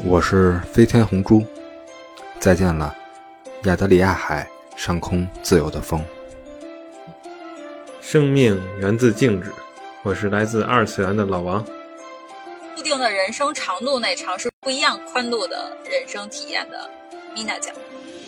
我是飞天红猪，再见了，亚得里亚海上空自由的风。 生命源自静止，我是来自二次元的老王。 固定的人生长度内尝试不一样宽度的人生体验的米娜酱。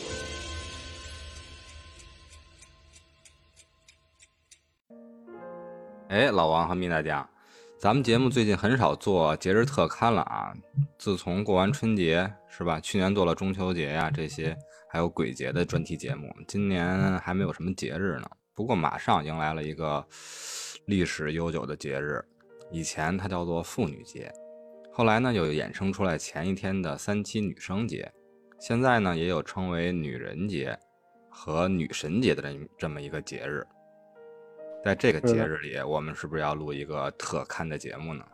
老王和米娜酱，咱们节目最近很少做节日特刊了啊。自从过完春节是吧，去年做了中秋节呀这些，还有鬼节的专题节目，今年还没有什么节日呢。不过马上迎来了一个历史悠久的节日，以前它叫做妇女节，后来呢又衍生出来前一天的3·7女生节，现在呢也有称为女人节和女神节的这么一个节日。在这个节日里，我们是不是要录一个特刊的节目呢？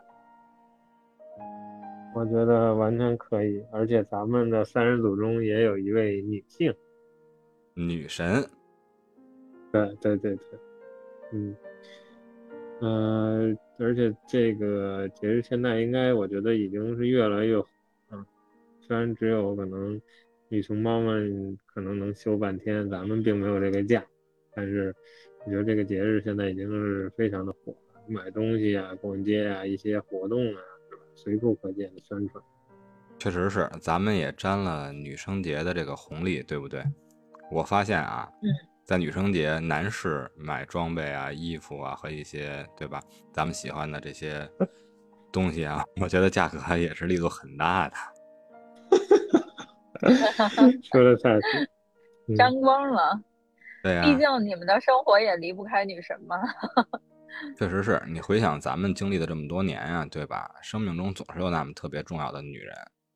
我觉得完全可以，而且咱们的3人组中也有一位女性女神。 对，而且这个节日现在应该我觉得已经是越来越火了，虽然只有可能女熊猫们可能能休半天，咱们并没有这个假，但是我觉得这个节日现在已经是非常的火了，买东西啊、逛街啊、一些活动啊，是吧？随处可见的宣传。 确实是，咱们也沾了女生节的这个红利，对不对？我发现啊，在女生节，男士买装备啊、衣服啊和一些对吧，咱们喜欢的这些东西啊，我觉得价格也是力度很大的。 说的太对， 沾光了。 对呀， 毕竟你们的生活也离不开女神嘛。 确实是，你回想咱们经历的这么多年啊，对吧？生命中总是有那么特别重要的女人，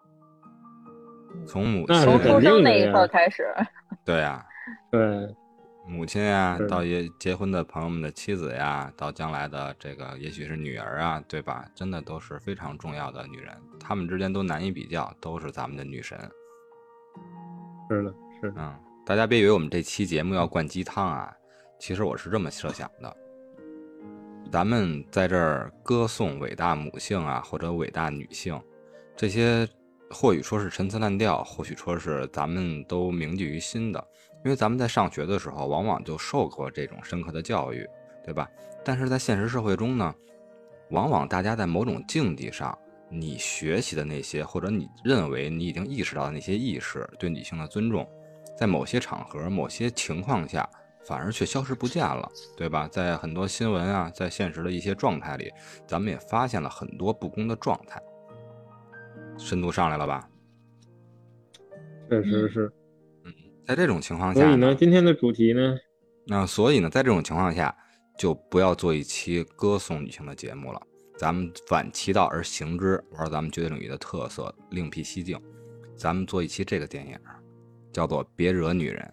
从从出生那一刻开始。 对呀， 对， 母亲呀，到结婚的朋友们的妻子呀，到将来的这个也许是女儿啊，对吧？真的都是非常重要的女人，她们之间都难以比较，都是咱们的女神。 是的。 大家别以为我们这期节目要灌鸡汤啊，其实我是这么设想的，咱们在这儿歌颂伟大母性啊，或者伟大女性，这些或许说是陈词滥调，或许说是咱们都铭记于心的，因为咱们在上学的时候往往就受过这种深刻的教育，对吧？但是在现实社会中呢，往往大家在某种境地上，你学习的那些，或者你认为你已经意识到的那些意识，对女性的尊重，在某些场合、某些情况下，反而却消失不见了，对吧？在很多新闻啊，在现实的一些状态里，咱们也发现了很多不公的状态。深度上来了吧？ 确实是。 在这种情况下， 所以呢，今天的主题呢？ 所以呢，在这种情况下，就不要做一期歌颂女性的节目了。咱们反其道而行之，玩咱们绝对领域的特色，另辟蹊径。咱们做一期这个电影，叫做《别惹女人》。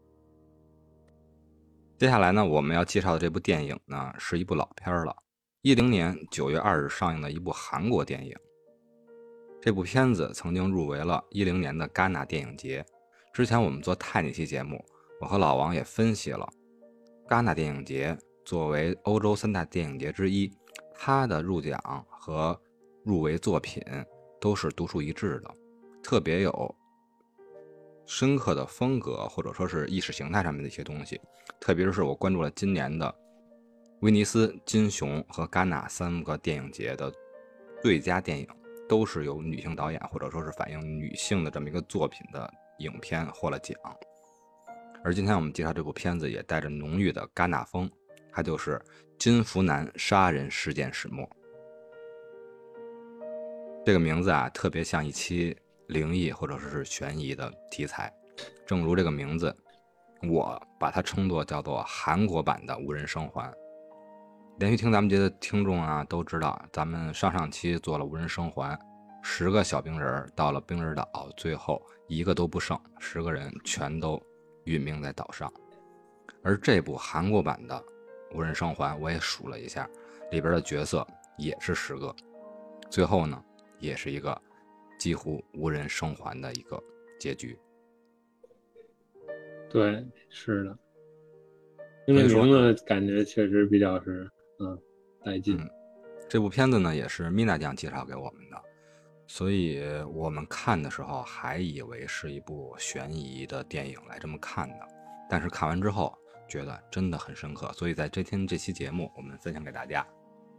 接下来呢，我们要介绍的这部电影呢，是一部老片了，2010年9月2日上映的一部韩国电影。这部片子曾经入围了2010年的戛纳电影节。之前我们做泰那期节目，我和老王也分析了，戛纳电影节作为欧洲3大电影节之一，它的入奖和入围作品都是独树一帜的，特别有深刻的风格，或者说是意识形态上面的一些东西。特别是我关注了今年的威尼斯、金熊和戛纳3个电影节的最佳电影，都是由女性导演或者说是反映女性的这么一个作品的影片获了奖。而今天我们介绍这部片子也带着浓郁的戛纳风，它就是金福南杀人事件始末。这个名字啊，特别像一期灵异或者是悬疑的题材，正如这个名字，我把它称作叫做韩国版的无人生还。连续听咱们节的听众啊都知道，咱们上期做了无人生还，10个小冰人到了冰人岛，最后一个都不剩，10个人全都殒命在岛上。而这部韩国版的无人生还，我也数了一下，里边的角色也是10个，最后呢也是一个几乎无人生还的一个结局。 对，是的，因为名字感觉确实比较是带劲。 这部片子呢也是米娜酱介绍给我们的， 所以我们看的时候还以为是一部悬疑的电影来这么看的，但是看完之后觉得真的很深刻，所以在这期节目我们分享给大家。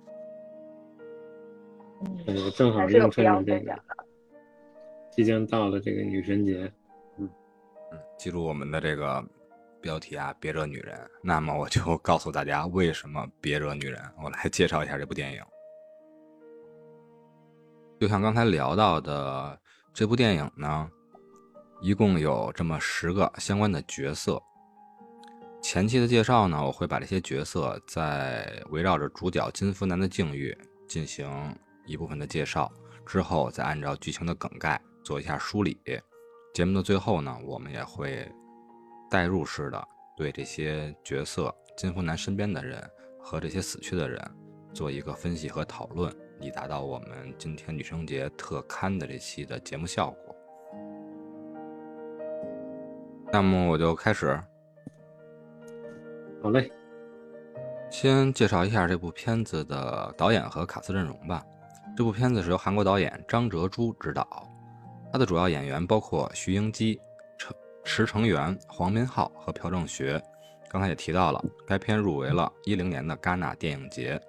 正好映衬着这个即将到的这个女神节。 记住我们的这个标题啊，别惹女人。那么我就告诉大家为什么别惹女人，我来介绍一下这部电影。就像刚才聊到的，这部电影呢，一共有这么10个相关的角色。前期的介绍呢，我会把这些角色在围绕着主角金福南的境遇进行一部分的介绍，之后再按照剧情的梗概做一下梳理。节目的最后呢，我们也会代入式的对这些角色、金福南身边的人和这些死去的人做一个分析和讨论，以达到我们今天女生节特刊的这期的节目效果。那么我就开始。 好嘞， 先介绍一下这部片子的导演和卡司阵容吧。这部片子是由韩国导演张哲洙执导，他的主要演员包括徐英基、池成元、黄民浩和朴正学。刚才也提到了，该片入围了2010年的戛纳电影节。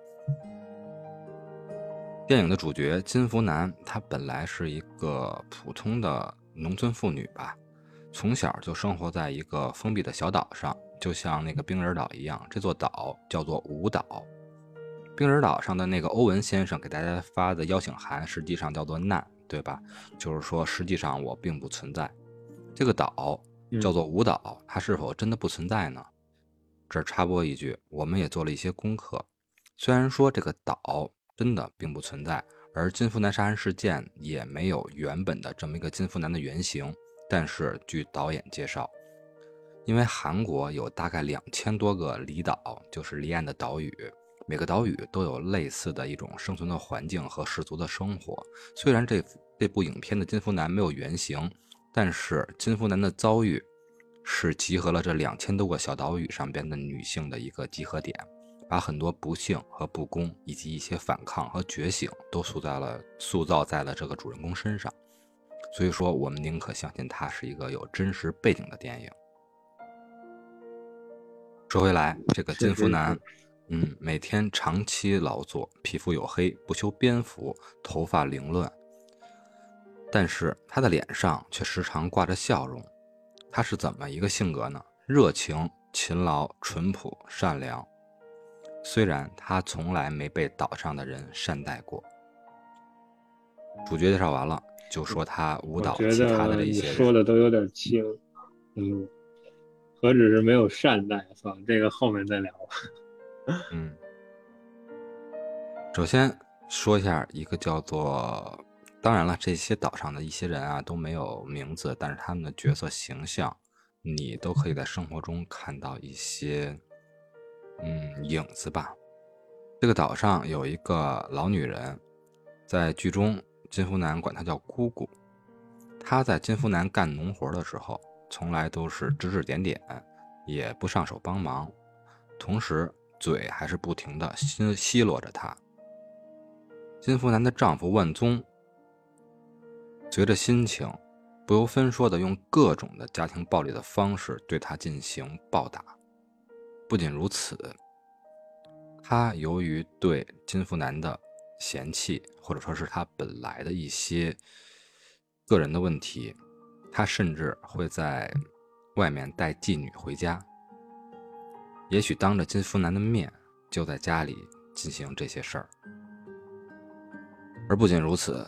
电影的主角金福南，她本来是一个普通的农村妇女吧，从小就生活在一个封闭的小岛上，就像那个冰人岛一样。这座岛叫做无岛。冰人岛上的那个欧文先生给大家发的邀请函实际上叫做难，对吧？就是说实际上我并不存在。这个岛叫做无岛，它是否真的不存在呢？这儿插播一句，我们也做了一些功课。虽然说这个岛真的并不存在，而金福南杀人事件也没有原本的这么一个金福南的原型，但是据导演介绍，因为韩国有大概2000多个离岛，就是离岸的岛屿，每个岛屿都有类似的一种生存的环境和氏族的生活。虽然这部影片的金福南没有原型，但是金福南的遭遇是集合了这2000多个小岛屿上边的女性的一个集合点，把很多不幸和不公以及一些反抗和觉醒都塑造在了这个主人公身上。所以说我们宁可相信它是一个有真实背景的电影。说回来，这个金福南每天长期劳作，皮肤黝黑，不修边幅，头发凌乱，但是他的脸上却时常挂着笑容。他是怎么一个性格呢？热情、勤劳、淳朴、善良。虽然他从来没被岛上的人善待过。主角介绍完了，就说他舞蹈其他的这一些人。 你说的都有点轻，何止是没有善待，算了，这个后面再聊吧。 首先说一下一个叫做，当然了，这些岛上的一些人啊都没有名字，但是他们的角色形象，你都可以在生活中看到一些影子吧。这个岛上有一个老女人，在剧中金福南管她叫姑姑。她在金福南干农活的时候，从来都是指指点点，也不上手帮忙，同时嘴还是不停地奚落着她。金福南的丈夫万宗随着心情，不由分说的用各种的家庭暴力的方式对她进行暴打。不仅如此，他由于对金福南的嫌弃，或者说是他本来的一些个人的问题，他甚至会在外面带妓女回家，也许当着金福南的面就在家里进行这些事儿。而不仅如此，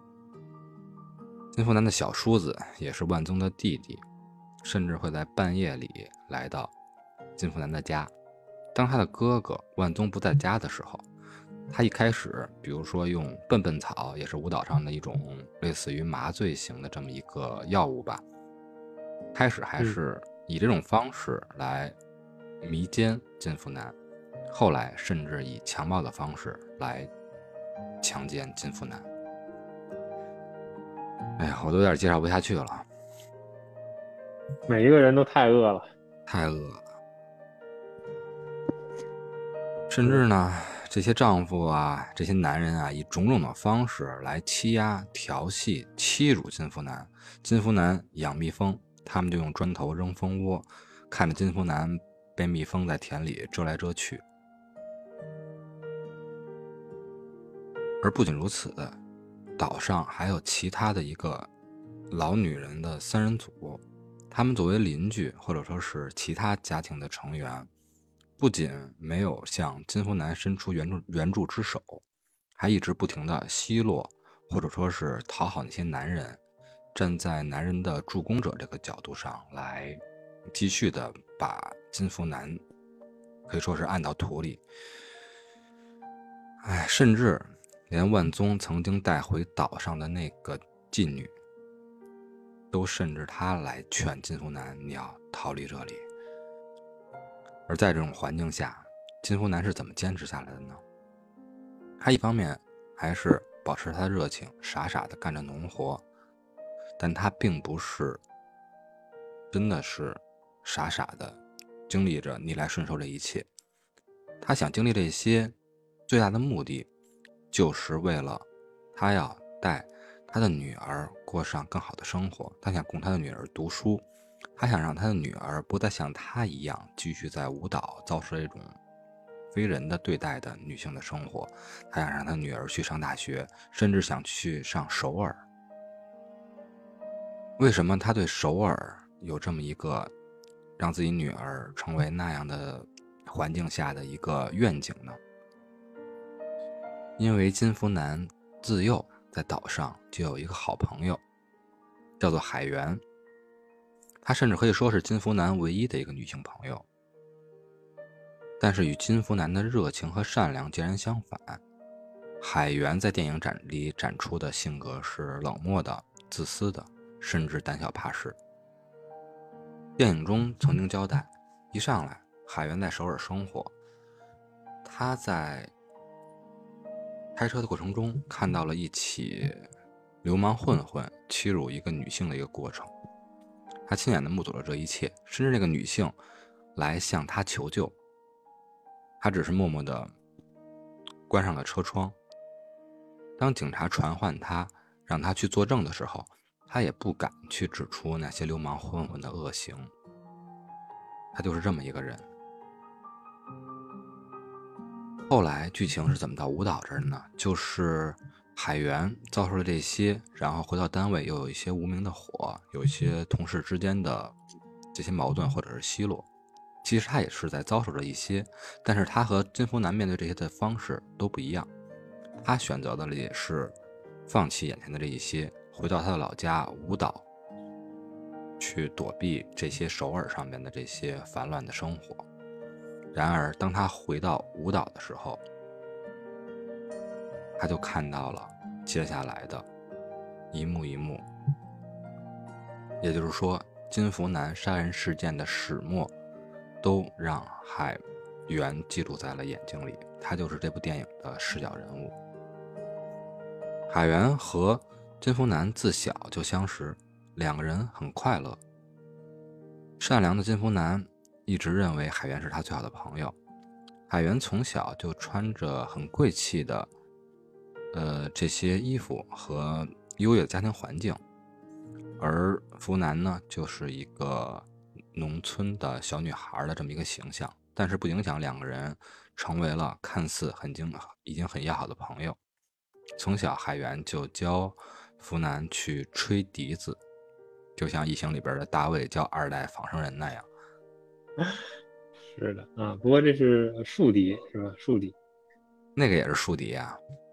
金福南的小叔子也是万宗的弟弟，甚至会在半夜里来到金福南的家。当他的哥哥万宗不在家的时候，他一开始比如说用笨笨草，也是舞蹈上的一种类似于麻醉型的这么一个药物吧，开始还是以这种方式来迷奸金福南，后来甚至以强暴的方式来强奸金福南。哎呀，我都有点介绍不下去了。 每一个人都太恶了， 太恶了。甚至呢， 这些丈夫啊，这些男人啊，以种种的方式来欺压、调戏、欺辱金福南。金福南养蜜蜂，他们就用砖头扔蜂窝，看着金福南被蜜蜂在田里蛰来蛰去。而不仅如此，岛上还有其他的一个老女人的三人组，他们作为邻居或者说是其他家庭的成员，不仅没有向金福南伸出援助之手，还一直不停地奚落或者说是讨好那些男人，站在男人的助攻者这个角度上来继续的把金福南可以说是按到土里。甚至连万宗曾经带回岛上的那个妓女都甚至他来劝金福南你要逃离这里。而在这种环境下，金福南是怎么坚持下来的呢？他一方面还是保持他的热情，傻傻的干着农活，但他并不是真的是傻傻的经历着逆来顺受这一切。他想经历这些最大的目的就是为了他要带他的女儿过上更好的生活，他想供他的女儿读书，他想让他的女儿不再像他一样继续在舞蹈遭受这种非人的对待的女性的生活，他想让他女儿去上大学，甚至想去上首尔。为什么他对首尔有这么一个让自己女儿成为那样的环境下的一个愿景呢？因为金福南自幼在岛上就有一个好朋友，叫做海源，她甚至可以说是金福南唯一的一个女性朋友。但是与金福南的热情和善良截然相反，海源在电影里展出的性格是冷漠的、自私的，甚至胆小怕事。电影中曾经交代，一上来海源在首尔生活，他在开车的过程中看到了一起流氓混混欺辱一个女性的一个过程，他亲眼的目睹了这一切，甚至那个女性来向他求救，他只是默默的关上了车窗。当警察传唤他让他去作证的时候，他也不敢去指出那些流氓混混的恶行。他就是这么一个人。后来剧情是怎么到舞蹈这儿呢？就是海源遭受了这些，然后回到单位又有一些无名的火，有一些同事之间的这些矛盾或者是奚落。其实他也是在遭受着一些，但是他和金福南面对这些的方式都不一样。他选择的也是放弃眼前的这一些，回到他的老家舞蹈，去躲避这些首尔上面的这些烦乱的生活。然而当他回到舞蹈的时候，他就看到了接下来的一幕一幕，也就是说金福南杀人事件的始末都让海源记录在了眼睛里，他就是这部电影的视角人物。海源和金福南自小就相识，两个人很快乐。善良的金福南一直认为海源是他最好的朋友。海源从小就穿着很贵气的这些衣服和优越的家庭环境，而福南呢就是一个农村的小女孩的这么一个形象，但是不影响两个人成为了看似已经很要好的朋友。从小海源就教福南去吹笛子，就像《异形》里边的大卫教二代仿生人那样。 是的啊，不过这是竖笛是吧？竖笛， 那个也是竖笛啊。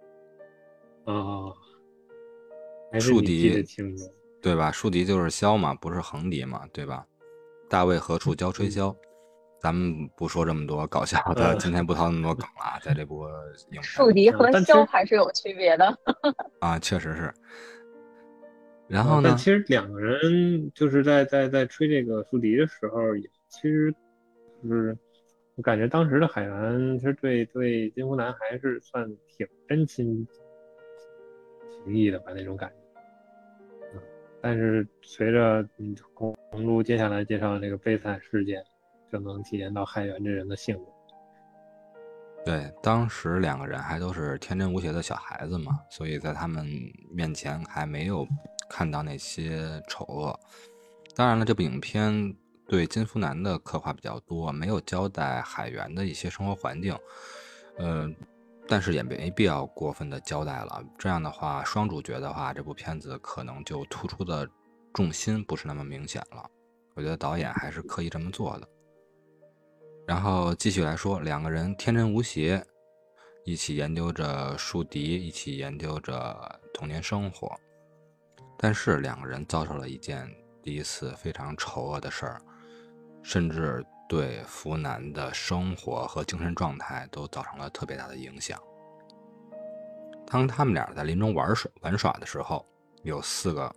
还是你记得清楚， 对吧？竖笛就是箫嘛，不是横笛嘛，对吧？大卫何处教吹箫？咱们不说这么多搞笑的，今天不掏那么多梗了，在这部影片。 竖笛和箫还是有区别的啊，确实是。然后呢？ 但其实两个人就是在吹这个竖笛的时候，也其实就是我感觉当时的海源其实对金福南还是算挺真情情义的吧，那种感觉。但是随着红珠接下来介绍这个悲惨事件，就能体验到海源这人的性格。 对，当时两个人还都是天真无邪的小孩子嘛，所以在他们面前还没有看到那些丑恶。当然了，这部影片对金福南的刻画比较多，没有交代海员的一些生活环境，但是也没必要过分的交代了。这样的话，双主角的话，这部片子可能就突出的重心不是那么明显了。我觉得导演还是刻意这么做的。然后继续来说，两个人天真无邪，一起研究着树敌，一起研究着童年生活。但是两个人遭受了一件第一次非常丑恶的事儿，甚至对福南的生活和精神状态都造成了特别大的影响。当他们俩在林中玩耍的时候，有四个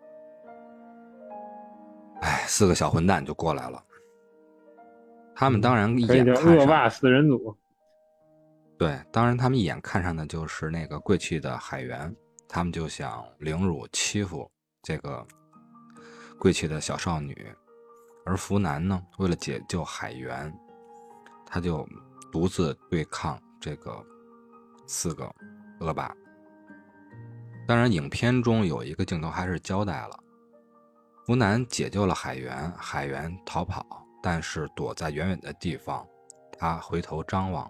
小混蛋就过来了。他们当然一眼看上恶霸四人组。 对，当然他们一眼看上的就是那个贵气的海员，他们就想凌辱欺负这个贵气的小少女。而福南呢，为了解救海员，他就独自对抗这个四个恶霸。当然影片中有一个镜头还是交代了，福南解救了海员，海员逃跑，但是躲在远远的地方，他回头张望，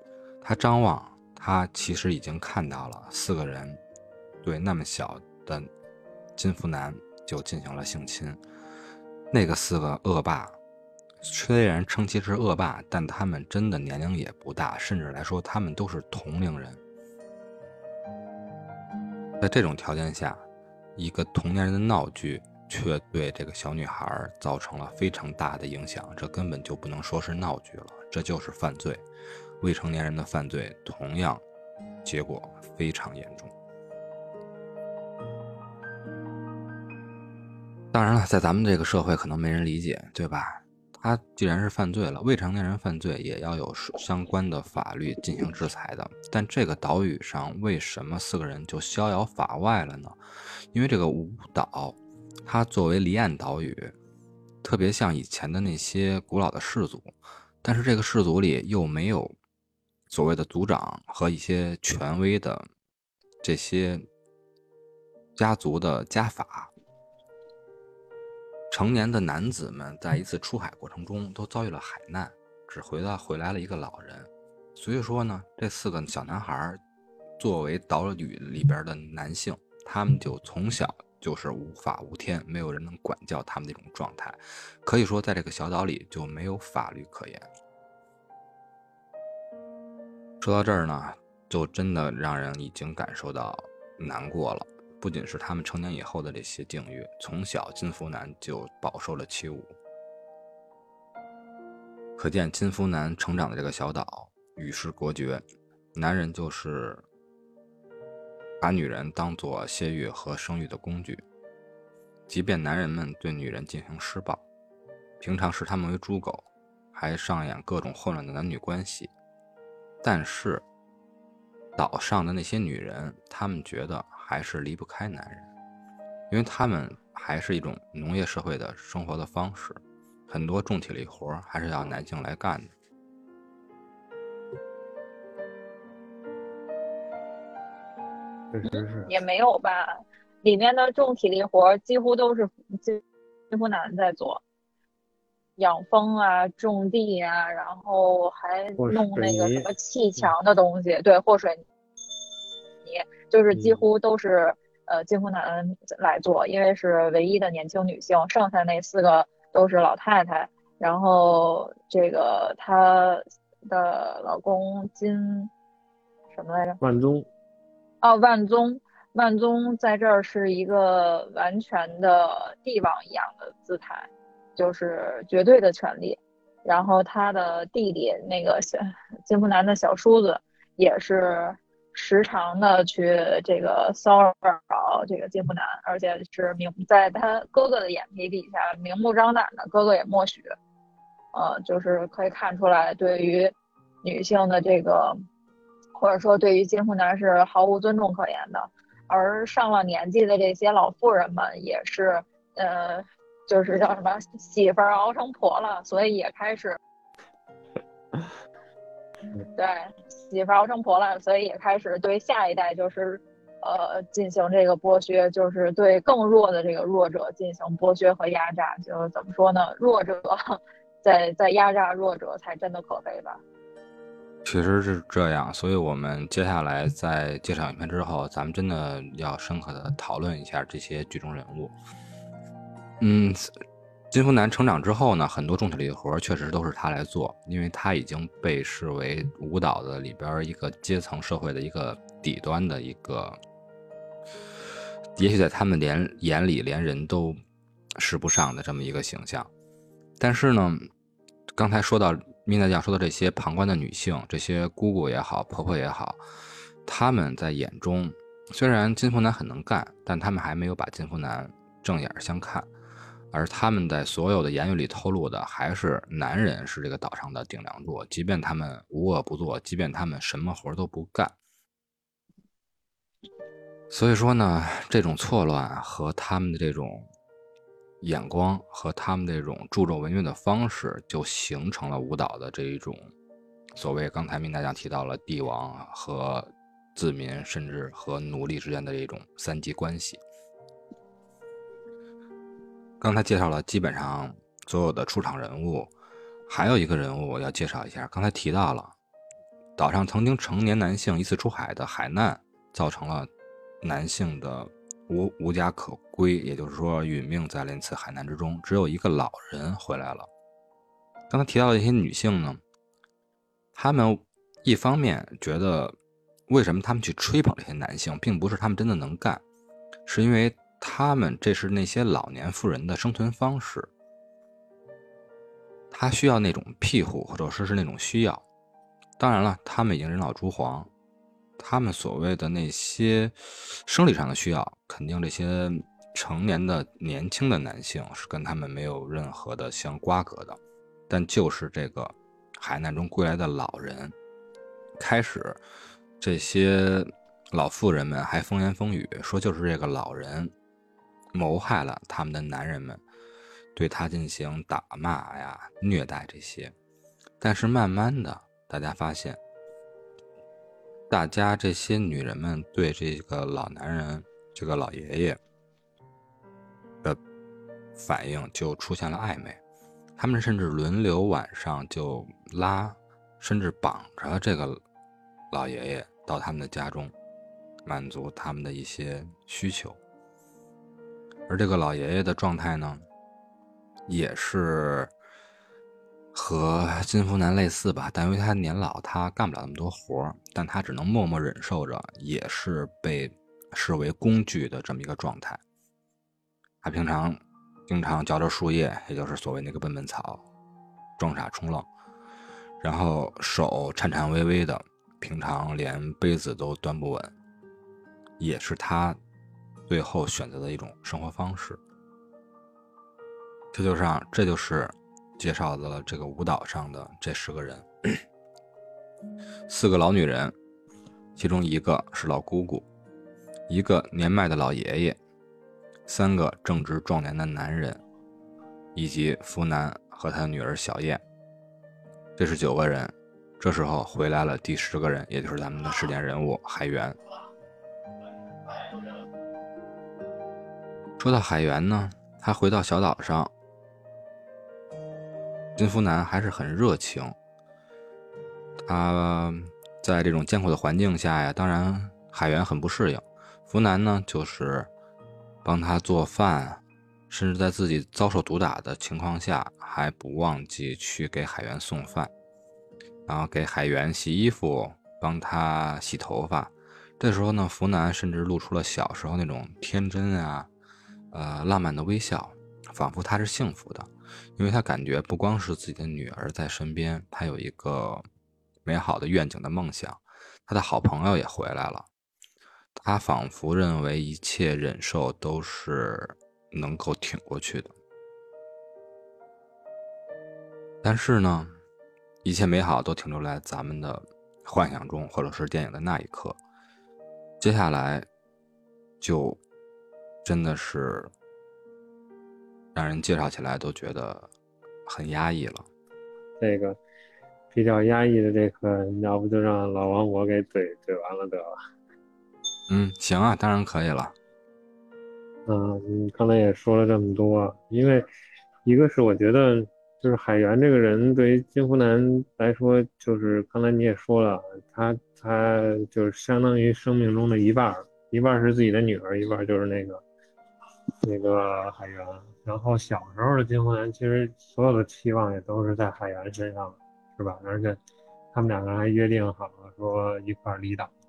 他其实已经看到了四个人对那么小的金福南就进行了性侵。那个四个恶霸虽然称其是恶霸，但他们真的年龄也不大，甚至来说他们都是同龄人。在这种条件下，一个同年人的闹剧却对这个小女孩造成了非常大的影响，这根本就不能说是闹剧了，这就是犯罪。未成年人的犯罪同样结果非常严重。当然了，在咱们这个社会可能没人理解，对吧？他既然是犯罪了，未成年人犯罪也要有相关的法律进行制裁的。但这个岛屿上为什么四个人就逍遥法外了呢？因为这个无岛，它作为离岸岛屿，特别像以前的那些古老的氏族，但是这个氏族里又没有所谓的族长和一些权威的这些家族的家法。成年的男子们在一次出海过程中都遭遇了海难，只回来了一个老人。所以说呢，这四个小男孩作为岛屿里边的男性，他们就从小就是无法无天，没有人能管教他们的一种状态。可以说在这个小岛里就没有法律可言。说到这儿呢，就真的让人已经感受到难过了。不仅是他们成年以后的这些境遇，从小金福南就饱受了欺侮。可见金福南成长的这个小岛与世隔绝，男人就是把女人当作泄欲和生育的工具。即便男人们对女人进行施暴，平常视他们为猪狗，还上演各种混乱的男女关系，但是岛上的那些女人，她们觉得还是离不开男人，因为他们还是一种农业社会的生活的方式，很多重体力活还是要男性来干的。 确实是也没有吧，里面的重体力活几乎都是金福南在做，养蜂啊、种地啊，然后还弄那个什么砌墙的东西，对，和水泥，就是几乎都是金福南来做，因为是唯一的年轻女性，剩下那四个都是老太太。然后这个她的老公金什么来着？ 万宗。 哦，万宗在这儿是一个完全的帝王一样的姿态，就是绝对的权利。然后他的弟弟那个金福南的小叔子也是时常的去这个骚扰这个金福南，而且是在他哥哥的眼皮底下明目张胆的，哥哥也默许。就是可以看出来对于女性的这个，或者说对于金福南是毫无尊重可言的。而上了年纪的这些老妇人们也是就是叫什么媳妇儿熬成婆了，所以也开始对，媳妇熬成婆了，所以也开始对下一代就是进行这个剥削，就是对更弱的这个弱者进行剥削和压榨。就怎么说呢？弱者在压榨弱者，才真的可悲吧。 确实是这样，所以我们接下来在介绍影片之后，咱们真的要深刻的讨论一下这些剧中人物。金福南成长之后呢，很多重体力活确实都是他来做，因为他已经被视为舞蹈的里边一个阶层社会的一个底端的一个，也许在他们眼里连人都使不上的这么一个形象。但是呢，刚才说到米娜酱说的这些旁观的女性，这些姑姑也好，婆婆也好，她们在眼中，虽然金福南很能干，但他们还没有把金福南正眼相看，而他们在所有的言语里透露的还是男人是这个岛上的顶梁柱，即便他们无恶不作，即便他们什么活都不干。所以说呢，这种错乱和他们的这种眼光和他们这种注重文乐的方式，就形成了舞蹈的这一种所谓刚才明大家提到了帝王和子民甚至和奴隶之间的这种三级关系。刚才介绍了基本上所有的出场人物，还有一个人物我要介绍一下，刚才提到了岛上曾经成年男性一次出海的海难，造成了男性的无家可归，也就是说殒命在那次海难之中，只有一个老人回来了。刚才提到的一些女性呢，她们一方面觉得为什么他们去吹捧这些男性，并不是他们真的能干，是因为他们这是那些老年妇人的生存方式，他需要那种庇护，或者说是那种需要。当然了，他们已经人老珠黄，他们所谓的那些生理上的需要，肯定这些成年的年轻的男性是跟他们没有任何的相瓜葛的。但就是这个海难中归来的老人，开始这些老妇人们还风言风语说，就是这个老人谋害了他们的男人们，对他进行打骂呀、虐待这些。但是慢慢的，大家发现，大家这些女人们对这个老男人、这个老爷爷的反应就出现了暧昧，他们甚至轮流晚上就拉，甚至绑着这个老爷爷到他们的家中，满足他们的一些需求。而这个老爷爷的状态呢，也是和金福南类似吧，但因为他年老，他干不了那么多活，但他只能默默忍受着，也是被视为工具的这么一个状态。他平常经常嚼着树叶，也就是所谓那个笨笨草，装傻充愣，然后手颤颤巍巍的，平常连杯子都端不稳，也是他最后选择的一种生活方式。这就是介绍的这个舞蹈上的这10个人，4个老女人，其中1个是老姑姑，1个年迈的老爷爷，3个正值壮年的男人，以及福南和他的女儿小燕。这是9个人。这时候回来了第10个人，也就是咱们的事件人物海源。说到海源呢，他回到小岛上，金福南还是很热情。他在这种艰苦的环境下呀，当然海源很不适应。福南呢，就是帮他做饭，甚至在自己遭受毒打的情况下，还不忘记去给海源送饭，然后给海源洗衣服，帮他洗头发。这时候呢，福南甚至露出了小时候那种天真啊，浪漫的微笑，仿佛他是幸福的，因为他感觉不光是自己的女儿在身边，他有一个美好的愿景的梦想，他的好朋友也回来了，他仿佛认为一切忍受都是能够挺过去的。但是呢，一切美好都停留在咱们的幻想中，或者是电影的那一刻，接下来就真的是让人介绍起来都觉得很压抑了。 这个比较压抑的这个，要不就让老王我给怼完了得了。 行啊，当然可以了。 你刚才也说了这么多，因为一个是我觉得就是海源这个人对于金湖南来说，就是刚才你也说了，他就是相当于生命中的一半儿，一半儿是自己的女儿，一半儿就是那个海源。然后小时候的金湖南其实所有的期望也都是在海源身上，是吧？而且他们两个人还约定好了说一块儿离岛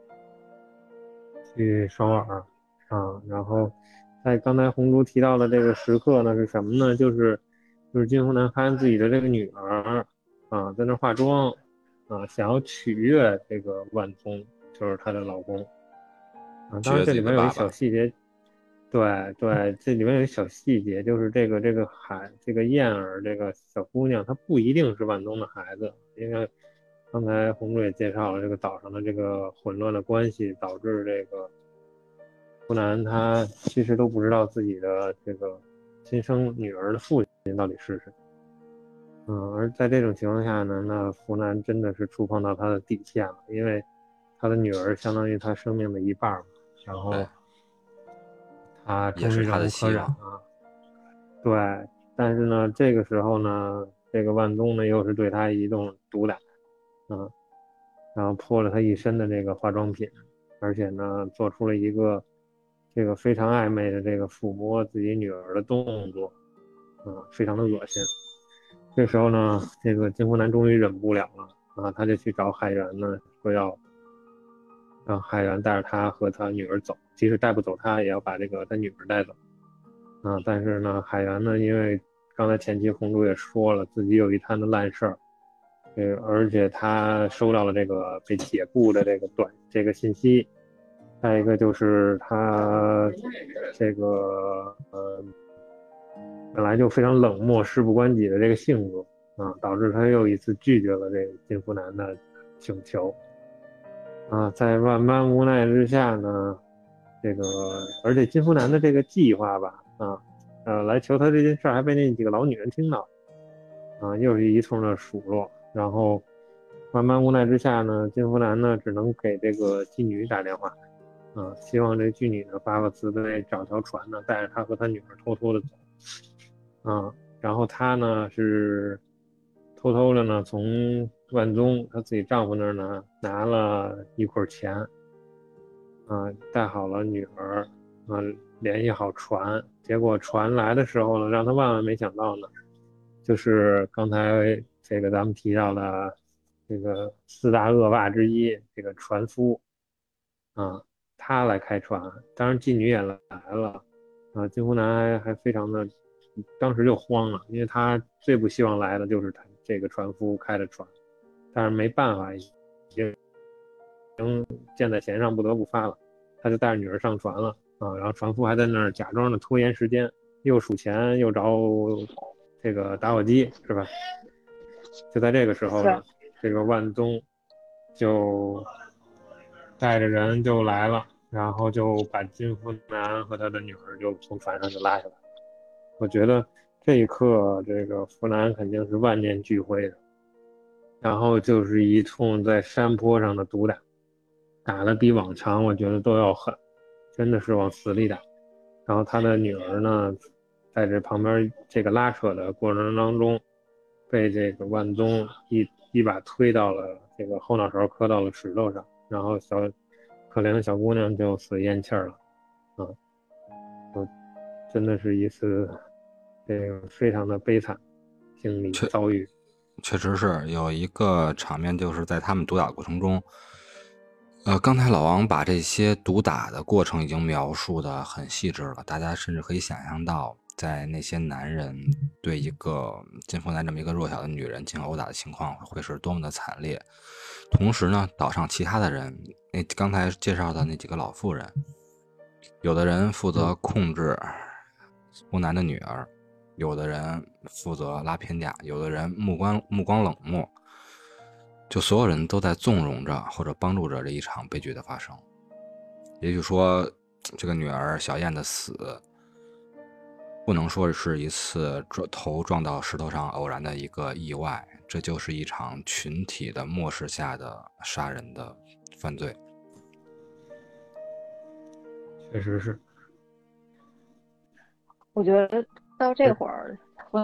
去首尔。然后在刚才红珠提到的这个时刻呢是什么呢？就是金湖南发现自己的这个女儿在那化妆想要取悦这个万宗，就是她的老公当然这里面有一小细节，对，这里面有一小细节，就是这个燕儿这个小姑娘，她不一定是万宗的孩子，因为刚才红珠也介绍了这个岛上的这个混乱的关系，导致这个湖南他其实都不知道自己的这个亲生女儿的父亲到底是谁。而在这种情况下呢，那湖南真的是触碰到他的底线了，因为他的女儿相当于他生命的一半嘛，然后他终于忍无可忍对，但是呢，这个时候呢，这个万宗呢又是对他一顿毒打，然后泼了他一身的这个化妆品，而且呢，做出了一个这个非常暧昧的这个抚摸自己女儿的动作，非常的恶心。这时候呢，这个金湖南终于忍不了了他就去找海源呢，说要让海源带着他和他女儿走，即使带不走他，也要把他女儿带走。但是呢，海源呢，因为刚才前期红珠也说了，自己有一摊子烂事儿，而且他收到了这个被解雇的这个信息，再一个就是他这个本来就非常冷漠、事不关己的这个性格导致他又一次拒绝了这个金湖南的请求在万般无奈之下呢，而且金湖南的这个计划吧来求他这件事还被那几个老女人听到又是一通的数落，然后万般无奈之下呢，金湖南呢只能给这个妓女打电话希望这妓女呢发个慈悲，找条船呢带着他和他女儿偷偷的走然后他呢是偷偷的呢从万宗他自己丈夫那儿呢拿了一捆钱带好了女儿联系好船，结果船来的时候呢，让他万万没想到呢，就是刚才这个咱们提到的这个4大恶霸之一这个船夫他来开船，当然妓女也来了金湖南还非常的当时就慌了，因为他最不希望来的就是他这个船夫开的船，但是没办法，已经箭在弦上，不得不发了，他就带着女儿上船了然后船夫还在那儿假装的拖延时间，又数钱又找这个打火机，是吧？就在这个时候呢，这个万宗就带着人就来了，然后就把金湖南和他的女儿就从船上就拉下来。我觉得这一刻，这个湖南肯定是万念俱灰的，然后就是一通在山坡上的毒打，打得比往常我觉得都要狠，真的是往死里打。然后他的女儿呢，在这旁边这个拉扯的过程当中，被这个万宗一把推到了这个后脑勺，磕到了石头上，然后可怜的小姑娘就死咽气儿了真的是一次这个非常的悲惨经历遭遇。 确实是有一个场面，就是在他们毒打过程中刚才老王把这些毒打的过程已经描述的很细致了，大家甚至可以想象到在那些男人对一个金湖南这么一个弱小的女人进行殴打的情况会是多么的惨烈。同时呢，岛上其他的人，刚才介绍的那几个老妇人，有的人负责控制湖南的女儿，有的人负责拉偏架，有的人目光冷漠，就所有人都在纵容着或者帮助着这一场悲剧的发生。也就是说，这个女儿小燕的死不能说是一次头撞到石头上偶然的一个意外，这就是一场群体的漠视下的杀人的犯罪。 确实是。 我觉得到这会儿，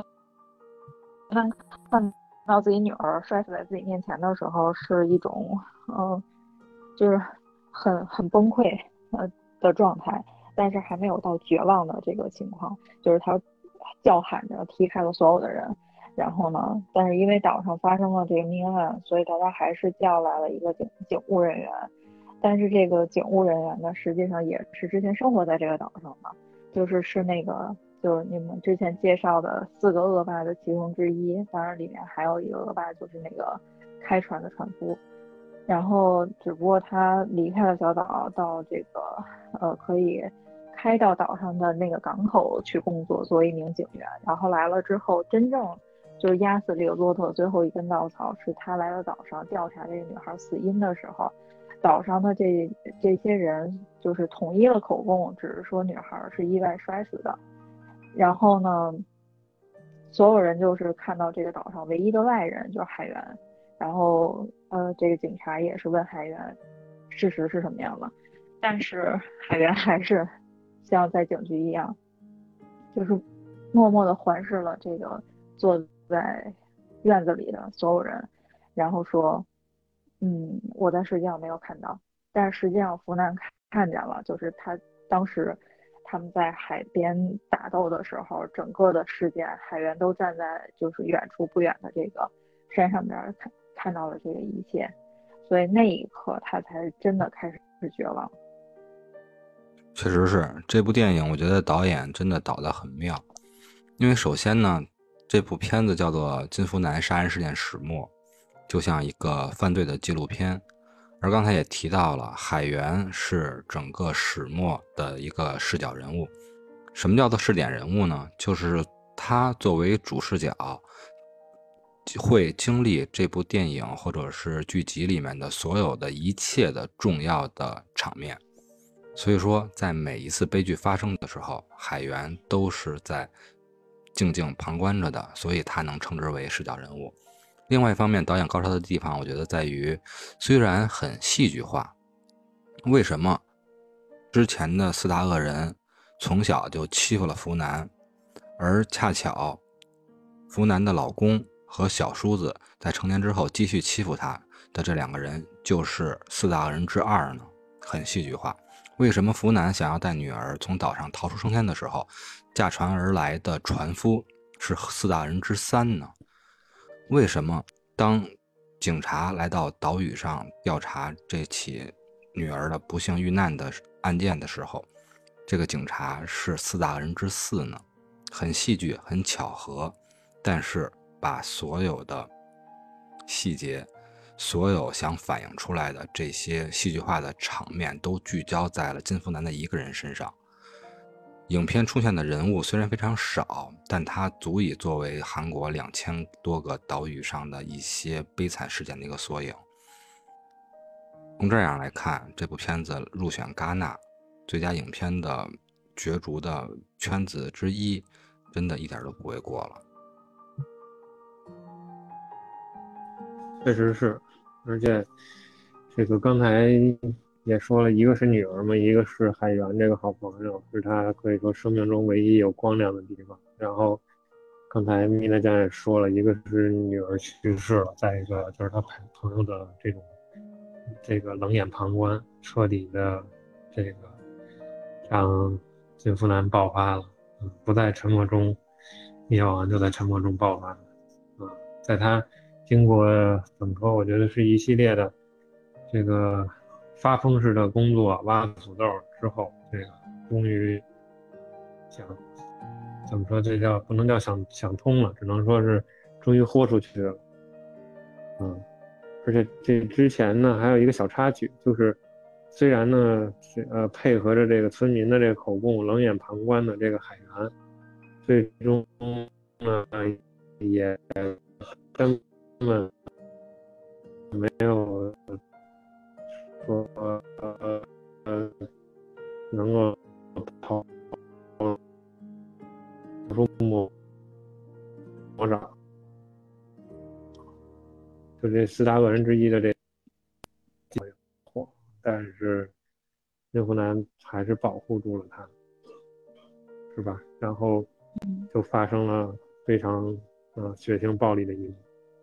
看到自己女儿摔死在自己面前的时候，是一种就是很崩溃的状态，但是还没有到绝望的这个情况，就是他叫喊着踢开了所有的人，然后呢，但是因为岛上发生了这个命案，所以大家还是叫来了一个警务人员，但是这个警务人员呢，实际上也是之前生活在这个岛上的，是那个就是你们之前介绍的4个恶霸的其中之一，当然里面还有一个恶霸就是那个开船的船夫。然后只不过他离开了小岛，到这个可以开到岛上的那个港口去工作，作为一名警员。然后来了之后，真正就是压死这个骆驼最后一根稻草，是他来到岛上调查这个女孩死因的时候，岛上的这些人就是统一了口供，只是说女孩是意外摔死的。然后呢，所有人就是看到这个岛上唯一的外人就是海员。然后这个警察也是问海员事实是什么样的，但是海员还是像在警局一样，就是默默地环视了这个坐在院子里的所有人，然后说我在实际上没有看到，但是实际上福南看见了，就是当时他们在海边打斗的时候，整个的事件海员都站在就是远处不远的这个山上边看到了这个一切，所以那一刻他才真的开始绝望。 确实是这部电影，我觉得导演真的导得很妙。因为首先呢，这部片子叫做《金福南杀人事件始末》，就像一个犯罪的纪录片。而刚才也提到了，海员是整个始末的一个视角人物。什么叫做视点人物呢？就是他作为主视角，会经历这部电影或者是剧集里面的所有的一切的重要的场面。所以说在每一次悲剧发生的时候，海员都是在静静旁观着的，所以他能称之为视角人物。另外一方面，导演高超的地方我觉得在于，虽然很戏剧化，为什么之前的4大恶人从小就欺负了福南，而恰巧福南的老公和小叔子在成年之后继续欺负他的这2个人就是4大恶人之2呢？很戏剧化。为什么福南想要带女儿从岛上逃出升天的时候，驾船而来的船夫是4大恶人之3呢？为什么当警察来到岛屿上调查这起女儿的不幸遇难的案件的时候，这个警察是4大恶人之4呢？很戏剧，很巧合，但是把所有的细节，所有想反映出来的这些戏剧化的场面都聚焦在了金福南的一个人身上。影片出现的人物虽然非常少，但它足以作为韩国2000多个岛屿上的一些悲惨事件的一个缩影。从这样来看，这部片子入选戛纳最佳影片的角逐的圈子之一，真的一点都不为过了。 确实是，而且这个刚才也说了，一个是女儿嘛，一个是海员这个好朋友，是他可以说生命中唯一有光亮的地方。然后刚才米娜酱也说了，一个是女儿去世了，再一个就是他朋友的这个冷眼旁观，彻底的这个让金福南爆发了，不在沉默中灭亡，就在沉默中爆发。在他经过整个我觉得是一系列的这个发疯式的工作，挖土豆之后，这个终于怎么说，这叫不能叫想通了，只能说是终于豁出去了。而且这之前呢还有一个小插曲，就是虽然呢配合着这个村民的这个口供，冷眼旁观的这个海员，最终呢也根本没有说能够四大恶人之一的这火，但是金湖南还是保护住了他，是吧？然后就发生了非常血腥暴力的一幕。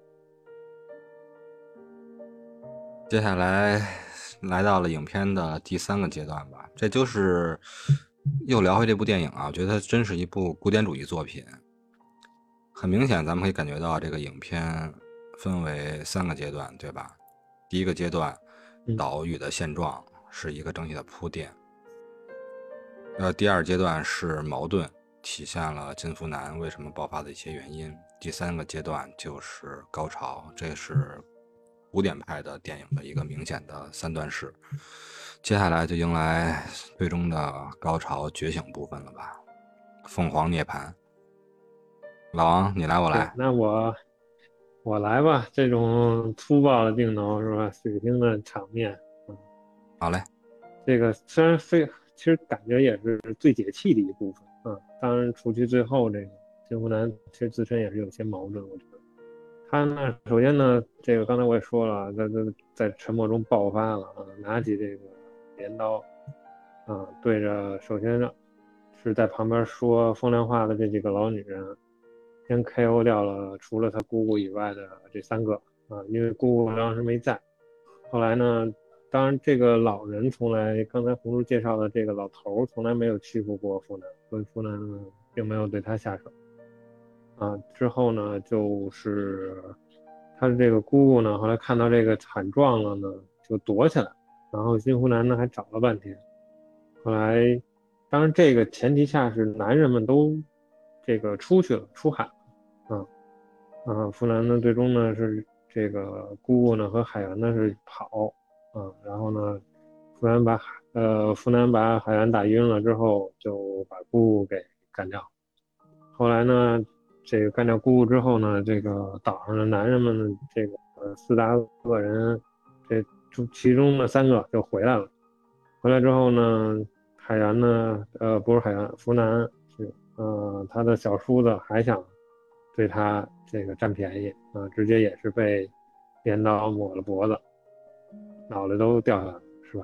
接下来来到了影片的第3个阶段吧，这就是又聊回这部电影啊，我觉得它真是一部古典主义作品。很明显咱们可以感觉到这个影片分为3个阶段，对吧？第一个阶段，岛屿的现状是一个整体的铺垫。第二阶段是矛盾，体现了金福南为什么爆发的一些原因。第3个阶段就是高潮，这是古典派的电影的一个明显的3段式。接下来就迎来最终的高潮觉醒部分了吧，凤凰涅槃。老王，你来我来？ 那我来吧，这种粗暴的镜头是吧，血腥的场面， 好嘞。 这个虽然其实感觉也是最解气的一部分当然除去最后这个金湖南其实自身也是有些矛盾，我觉得他呢，首先呢，这个刚才我也说了，在沉默中爆发了拿起这个镰刀对着首先是在旁边说风凉话的这几个老女人，先 KO 掉了除了他姑姑以外的这3个因为姑姑当时没在。后来呢，当然这个老人刚才红叔介绍的这个老头从来没有欺负过福南，所以福南呢并没有对他下手之后呢，就是他的这个姑姑呢，后来看到这个惨状了呢，就躲起来，然后金湖南呢还找了半天。后来当然这个前提下是男人们都这个出去了，出海了福南呢最终呢是这个姑姑呢和海员呢是跑然后呢福南把海员打晕了之后就把姑姑给干掉。后来呢这个干掉姑姑之后呢，这个岛上的男人们呢这个4大恶人这其中的3个就回来了。回来之后呢，海员呢不是海员，福南他的小叔子还想对他这个占便宜直接也是被镰刀抹了脖子，脑袋都掉下来了，是吧？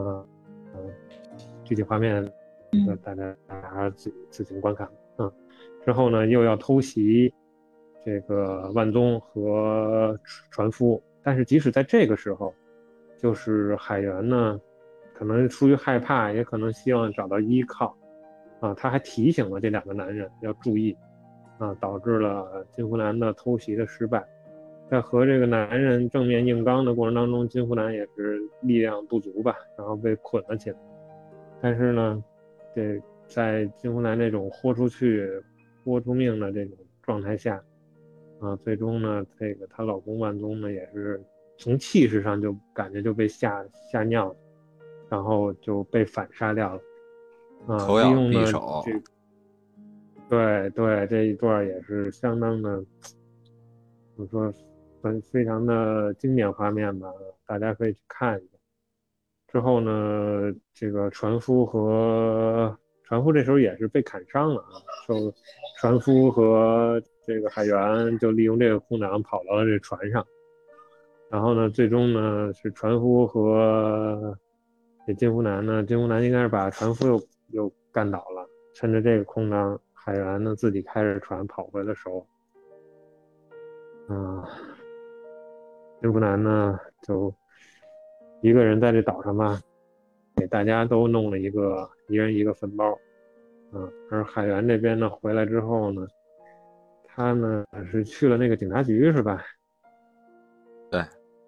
具体画面大家还是自行观看之后呢，又要偷袭这个万宗和船夫，但是即使在这个时候，就是海员呢，可能出于害怕，也可能希望找到依靠他还提醒了这2个男人要注意导致了金湖南的偷袭的失败。在和这个男人正面硬刚的过程当中，金湖南也是力量不足吧，然后被捆了起来。但是呢，在金湖南这种豁出命的这种状态下最终呢，这个她老公万宗呢也是从气势上就感觉就被吓尿了，然后就被反杀掉了口咬匕首。 对，这一段也是相当的怎么说非常的经典画面吧，大家可以去看一下。之后呢，这个船夫这时候也是被砍伤了船夫和这个海员就利用这个空档跑到了这船上，然后呢，最终呢是船夫和这金湖南应该是把船夫又干倒了，趁着这个空档，海员呢自己开着船跑回了首尔。金湖南呢就一个人在这岛上吧，给大家都弄了一人一个坟包而海员这边呢回来之后呢，他呢是去了那个警察局是吧？ 对，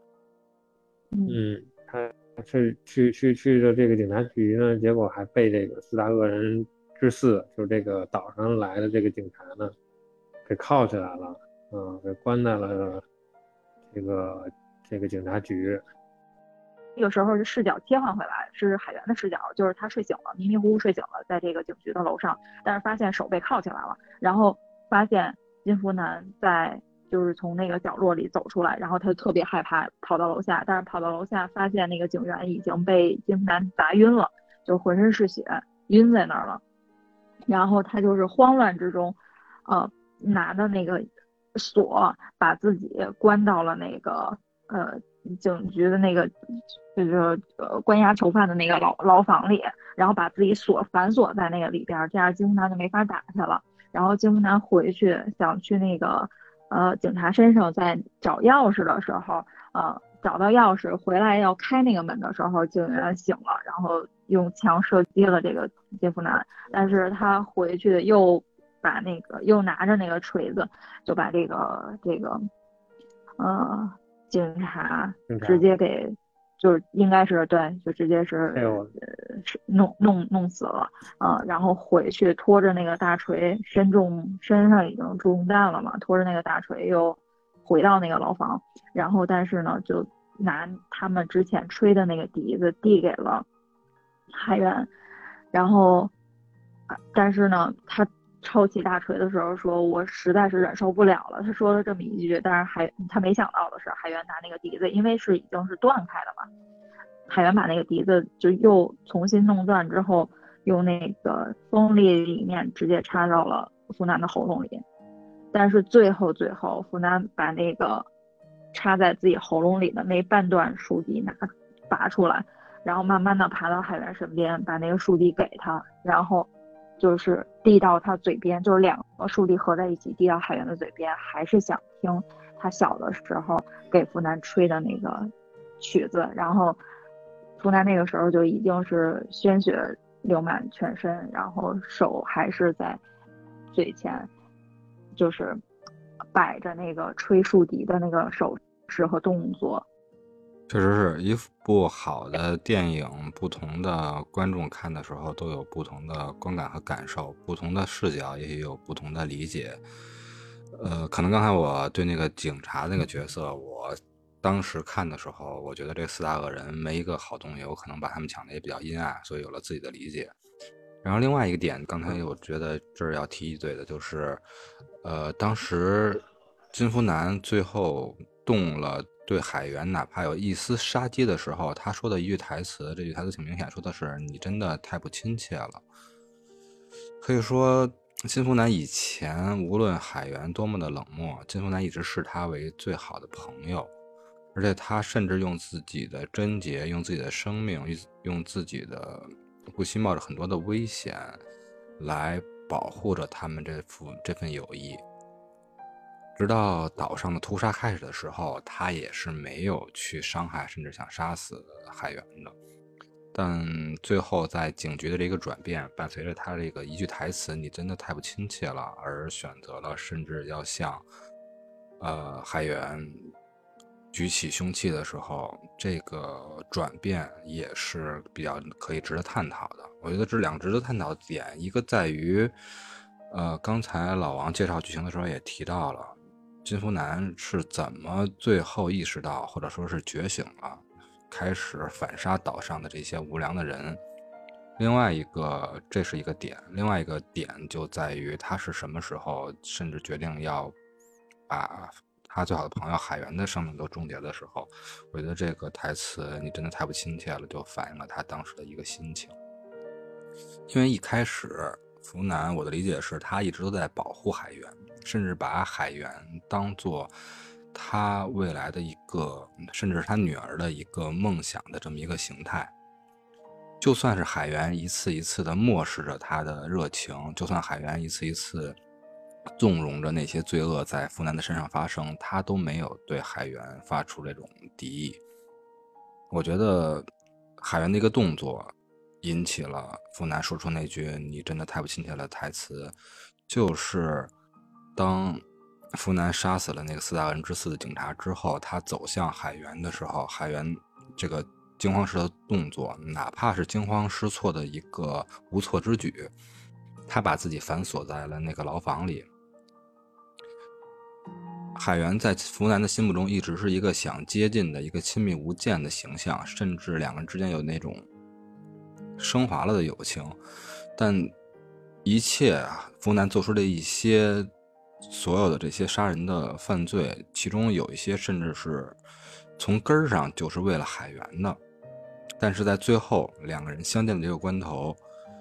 他是去的这个警察局呢，结果还被这个4大恶人之4，就是这个岛上来的这个警察呢，给铐起来了给关在了这个警察局。 这个时候是视角切换回来，是海员的视角，就是他睡醒了，迷迷糊糊睡醒了，在这个警局的楼上，但是发现手被铐起来了，然后发现金福南就是从那个角落里走出来，然后他就特别害怕，跑到楼下，但是跑到楼下发现那个警员已经被金福南砸晕了，就浑身是血，晕在那儿了。然后他就是慌乱之中，拿的那个锁把自己关到了那个警局的那个就是关押囚犯的那个牢房里，然后把自己反锁在那个里边，这样金福南就没法打去了。然后金福南回去想去那个警察身上在找钥匙的时候，找到钥匙回来要开那个门的时候，警员醒了，然后用枪射击了这个金福南，但是他回去又拿着那个锤子，就把这个警察直接给，就是应该是对，就直接是是弄死了，然后回去拖着那个大锤，身上已经中弹了嘛，拖着那个大锤又回到那个牢房，然后但是呢，就拿他们之前吹的那个笛子递给了海员，然后但是呢，他抄起大锤的时候说：“我实在是忍受不了了。”他说了这么一句，但是他没想到的是，海员拿那个笛子，因为已经是断开的嘛，海员把那个笛子就又重新弄断之后，用那个锋利里面直接插到了福南的喉咙里，但是最后福南把那个插在自己喉咙里的那半段竖笛拔出来，然后慢慢的爬到海员身边，把那个竖笛给他，然后就是递到他嘴边，就是两个竖笛合在一起递到海员的嘴边，还是想听他小的时候给福南吹的那个曲子，然后福南那个时候就已经是鲜血流满全身，然后手还是在嘴前，就是摆着那个吹竖笛的那个手势和动作。 确实是一部好的电影，不同的观众看的时候都有不同的观感和感受，不同的视角也有不同的理解。可能刚才我对那个警察那个角色，我当时看的时候，我觉得这4大恶人没一个好东西，我可能把他们讲的也比较阴暗，所以有了自己的理解。然后另外一个点，刚才我觉得这儿要提一嘴的就是，当时金福南最后动了对海员哪怕有一丝杀机的时候，他说的一句台词，这句台词挺明显，说的是你真的太不亲切了。可以说金福南以前无论海员多么的冷漠，金福南一直视他为最好的朋友，而且他甚至用自己的贞洁，用自己的生命，用自己的不惜冒着很多的危险来保护着他们这份友谊。直到岛上的屠杀开始的时候，他也是没有去伤害甚至想杀死海员的。但最后在警局的这个转变，伴随着他这个一句台词你真的太不亲切了，而选择了甚至要向海员举起凶器的时候，这个转变也是比较可以值得探讨的。我觉得这两个值得探讨的点，一个在于刚才老王介绍剧情的时候也提到了金福南是怎么最后意识到或者说是觉醒了，开始反杀岛上的这些无良的人。另外一个，这是一个点，另外一个点就在于他是什么时候甚至决定要把他最好的朋友海员的生命都终结的时候，我觉得这个台词你真的太不亲切了，就反映了他当时的一个心情。因为一开始福南我的理解是他一直都在保护海员，甚至把海员当作他未来的一个，甚至是他女儿的一个梦想的这么一个形态。就算是海员一次一次的漠视着他的热情，就算海员一次一次纵容着那些罪恶在福南的身上发生，他都没有对海员发出这种敌意。我觉得海员的一个动作引起了福南说出那句你真的太不亲切了台词，就是当福南杀死了那个4大恶人之4的警察之后，他走向海员的时候，海员这个惊慌失措的动作，哪怕是惊慌失措的一个无措之举，他把自己反锁在了那个牢房里。海员在福南的心目中一直是一个想接近的一个亲密无间的形象，甚至两个人之间有那种升华了的友情。但一切福南做出的一些所有的这些杀人的犯罪，其中有一些甚至是从根儿上就是为了海员的，但是在最后两个人相见的这个关头，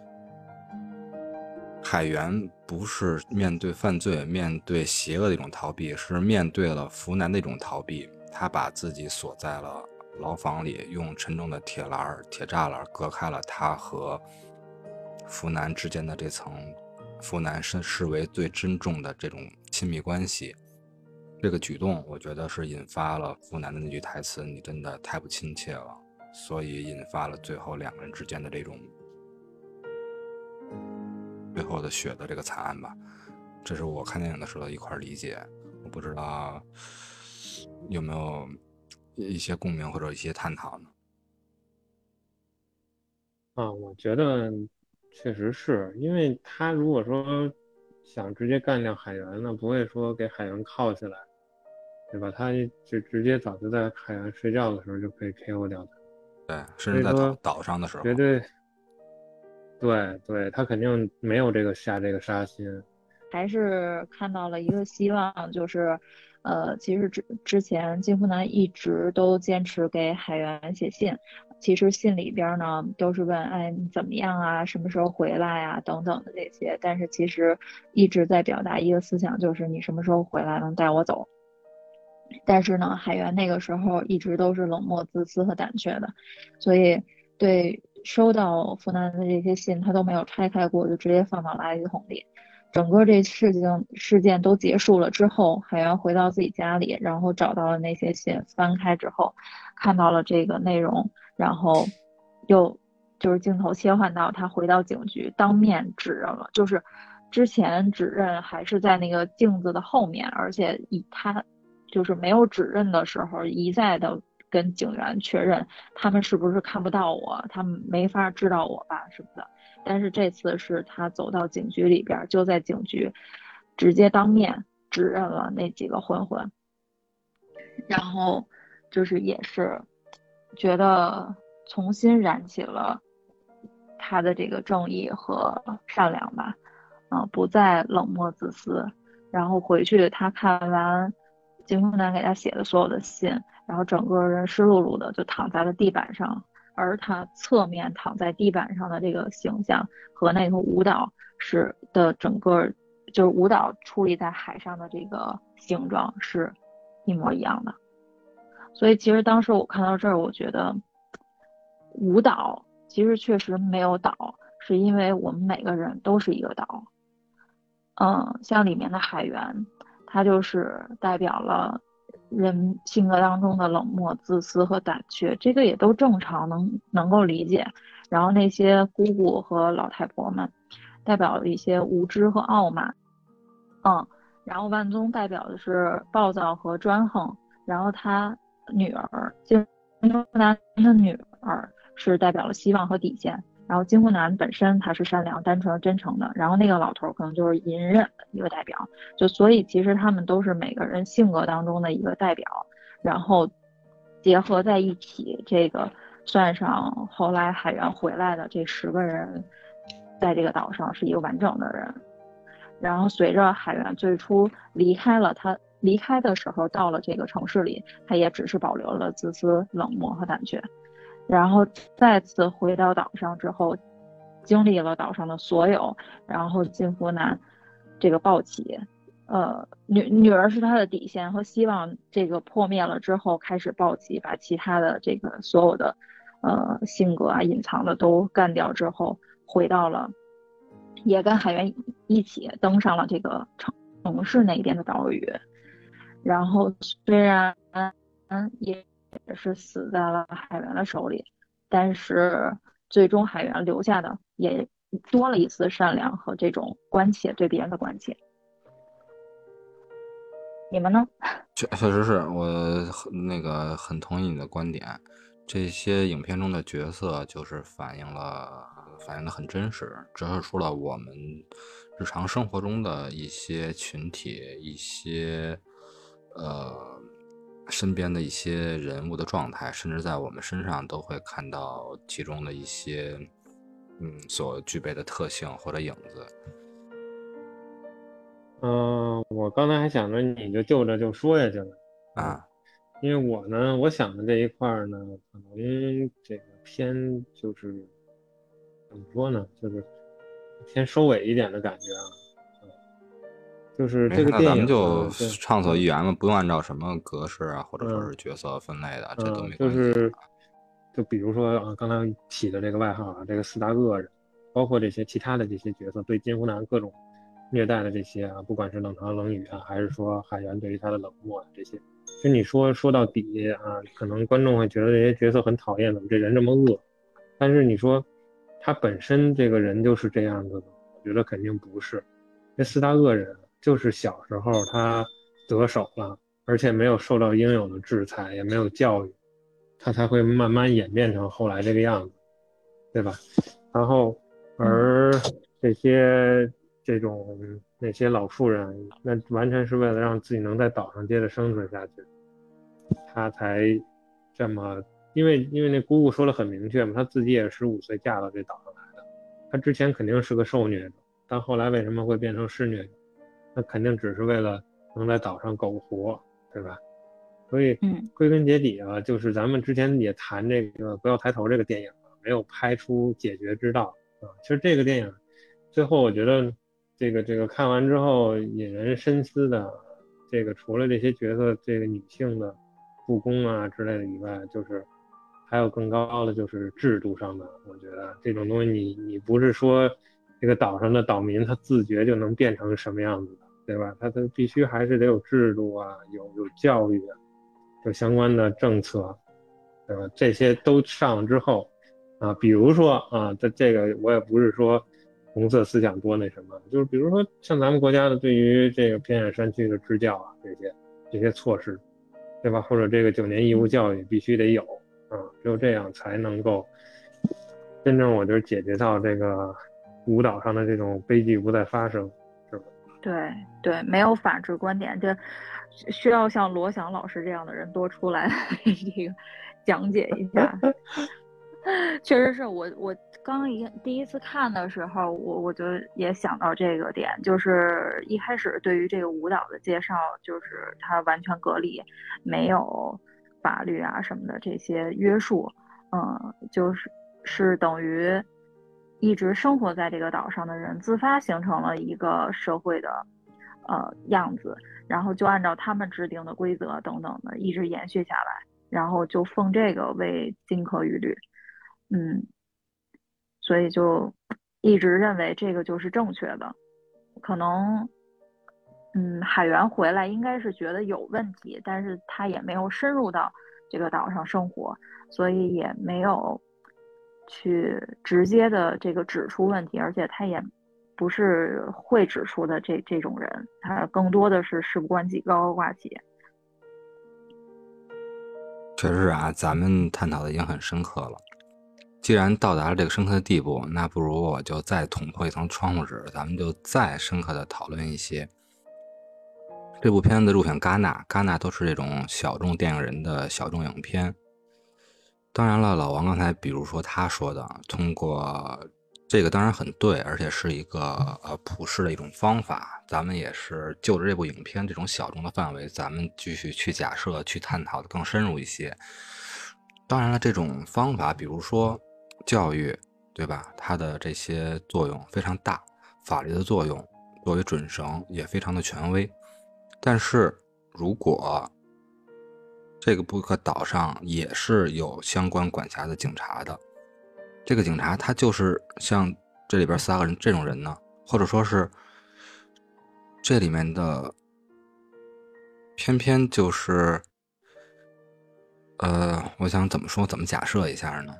海员不是面对犯罪面对邪恶的一种逃避，是面对了福南的一种逃避。 他把自己锁在了牢房里，用沉重的铁栅栏隔开了他和福南之间的这层福南视为最珍重的这种亲密关系。这个举动我觉得是引发了福南的那句台词，你真的太不亲切了，所以引发了最后两个人之间的这种最后的血的这个惨案吧。这是我看电影的时候的一块理解，我不知道有没有一些共鸣或者一些探讨呢？ 我觉得确实是因为他如果说想直接干掉海员呢，不会说给海员铐起来，对吧？他就直接早就在海员睡觉的时候就可以 KO 掉他。 对，甚至在岛上的时候， 绝对，对，他肯定没有下这个杀心。 还是看到了一个希望，就是，其实之前金福南一直都坚持给海员写信，其实信里边呢都是问，哎，你怎么样啊，什么时候回来呀，等等的这些，但是其实一直在表达一个思想，就是你什么时候回来能带我走。但是呢，海员那个时候一直都是冷漠、自私和胆怯的，所以对收到福南的这些信，他都没有拆开过，就直接放到垃圾桶里。整个这事件都结束了之后，海员回到自己家里，然后找到了那些信，翻开之后看到了这个内容，然后就是镜头切换到他回到警局，当面指认了，就是之前指认还是在那个镜子的后面，而且他就是没有指认的时候，一再的跟警员确认他们是不是看不到我，他们没法知道我吧什么的。但是这次是他走到警局里边，就在警局直接当面指认了那几个混混，然后就是也是觉得重新燃起了他的这个正义和善良吧，不再冷漠自私。然后回去他看完金福南给他写的所有的信，然后整个人湿漉漉的就躺在了地板上，而他侧面躺在地板上的这个形象和那个舞蹈整个就是舞蹈矗立在海上的这个形状是一模一样的。所以其实当时我看到这儿，我觉得舞蹈其实确实没有岛，是因为我们每个人都是一个岛。像里面的海员，他就是代表了人性格当中的冷漠、自私和胆怯，这个也都正常，能够理解。然后那些姑姑和老太婆们，代表了一些无知和傲慢。然后万宗代表的是暴躁和专横，然后他女儿金福南的女儿是代表了希望和底线。然后金湖南本身他是善良、单纯、真诚的，然后那个老头可能就是隐忍的一个代表，就所以其实他们都是每个人性格当中的一个代表，然后结合在一起，这个算上后来海员回来的这10个人，在这个岛上是一个完整的人。然后随着海员最初离开了，他离开的时候到了这个城市里，他也只是保留了自私、冷漠和胆怯。然后再次回到岛上之后，经历了岛上的所有，然后金福南这个暴起，女儿是他的底线和希望，这个破灭了之后开始暴起，把其他的这个所有的性格啊隐藏的都干掉之后，回到了，也跟海员一起登上了这个城市那边的岛屿，然后虽然也是死在了海员的手里，但是最终海员留下的也多了一丝善良和这种关切，对别人的关切。你们呢？ 确实是我很同意你的观点。这些影片中的角色就是反映的很真实，折射出了我们日常生活中的一些群体、一些身边的一些人物的状态，甚至在我们身上都会看到其中的一些所具备的特性或者影子。 我刚才还想着你就着就说下去了啊， 因为我想的这一块呢，可能这个偏就是怎么说呢，就是偏收尾一点的感觉啊。 就是这个电影那咱们就对畅所欲言嘛，不用按照什么格式啊，或者说是角色分类的，这都没关系。 就比如说啊，刚才起的这个外号啊，这个四大恶人，包括这些其他的这些角色对金湖南各种虐待的这些啊，不管是冷嘲冷语啊，还是说海源对于他的冷漠啊，这些，其实你说到底啊，可能观众会觉得这些角色很讨厌，怎么这人这么恶？但是你说他本身这个人就是这样子的，我觉得肯定不是。这四大恶人就是小时候他得手了，而且没有受到应有的制裁，也没有教育，他才会慢慢演变成后来这个样子，对吧？然后而这些那些老妇人，那完全是为了让自己能在岛上接着生存下去，他才这么，因为那姑姑说的很明确嘛，她自己也是15岁嫁到这岛上来的，她之前肯定是个受虐者，但后来为什么会变成施虐者？那肯定只是为了能在岛上苟活，对吧？所以归根结底啊，就是咱们之前也谈这个《不要抬头》这个电影啊，没有拍出解决之道啊。其实这个电影最后我觉得这个看完之后引人深思的，这个除了这些角色这个女性的不公啊之类的以外，就是还有更高的就是制度上的，我觉得这种东西你不是说这个岛上的岛民他自觉就能变成什么样子的，对吧？他必须还是得有制度啊，有教育啊，有相关的政策，对吧？这些都上了之后啊，比如说啊，这个我也不是说红色思想多那什么，就是比如说像咱们国家的对于这个偏远山区的支教啊，这些措施，对吧？或者这个9年义务教育必须得有啊，只有这样才能够真正我觉得解决到这个舞蹈上的这种悲剧不再发生，是吧？ 对对，没有反制观点，这需要像罗翔老师这样的人多出来这个讲解一下。确实是我刚第一次看的时候，我就也想到这个点，就是一开始对于这个舞蹈的介绍，就是它完全隔离，没有法律啊什么的这些约束，就是等于一直生活在这个岛上的人自发形成了一个社会的样子，然后就按照他们制定的规则等等的一直延续下来，然后就奉这个为金科玉律。所以就一直认为这个就是正确的。可能海员回来应该是觉得有问题，但是他也没有深入到这个岛上生活，所以也没有去直接的这个指出问题，而且他也不是会指出的这种人，他更多的是事不关己高高挂起。 确实啊，咱们探讨的已经很深刻了。既然到达了这个深刻的地步，那不如我就再捅破一层窗户纸，咱们就再深刻的讨论一些。这部片子入选戛纳都是这种小众电影人的小众影片。当然了，老王刚才比如说他说的，通过这个当然很对，而且是一个普世的一种方法。咱们也是就着这部影片这种小众的范围，咱们继续去假设、去探讨的更深入一些。当然了，这种方法，比如说教育，对吧？它的这些作用非常大，法律的作用作为准绳也非常的权威。但是如果这个布克岛上也是有相关管辖的警察的，这个警察他就是像这里边4个人这种人呢，或者说是这里面的偏偏就是我想怎么假设一下呢？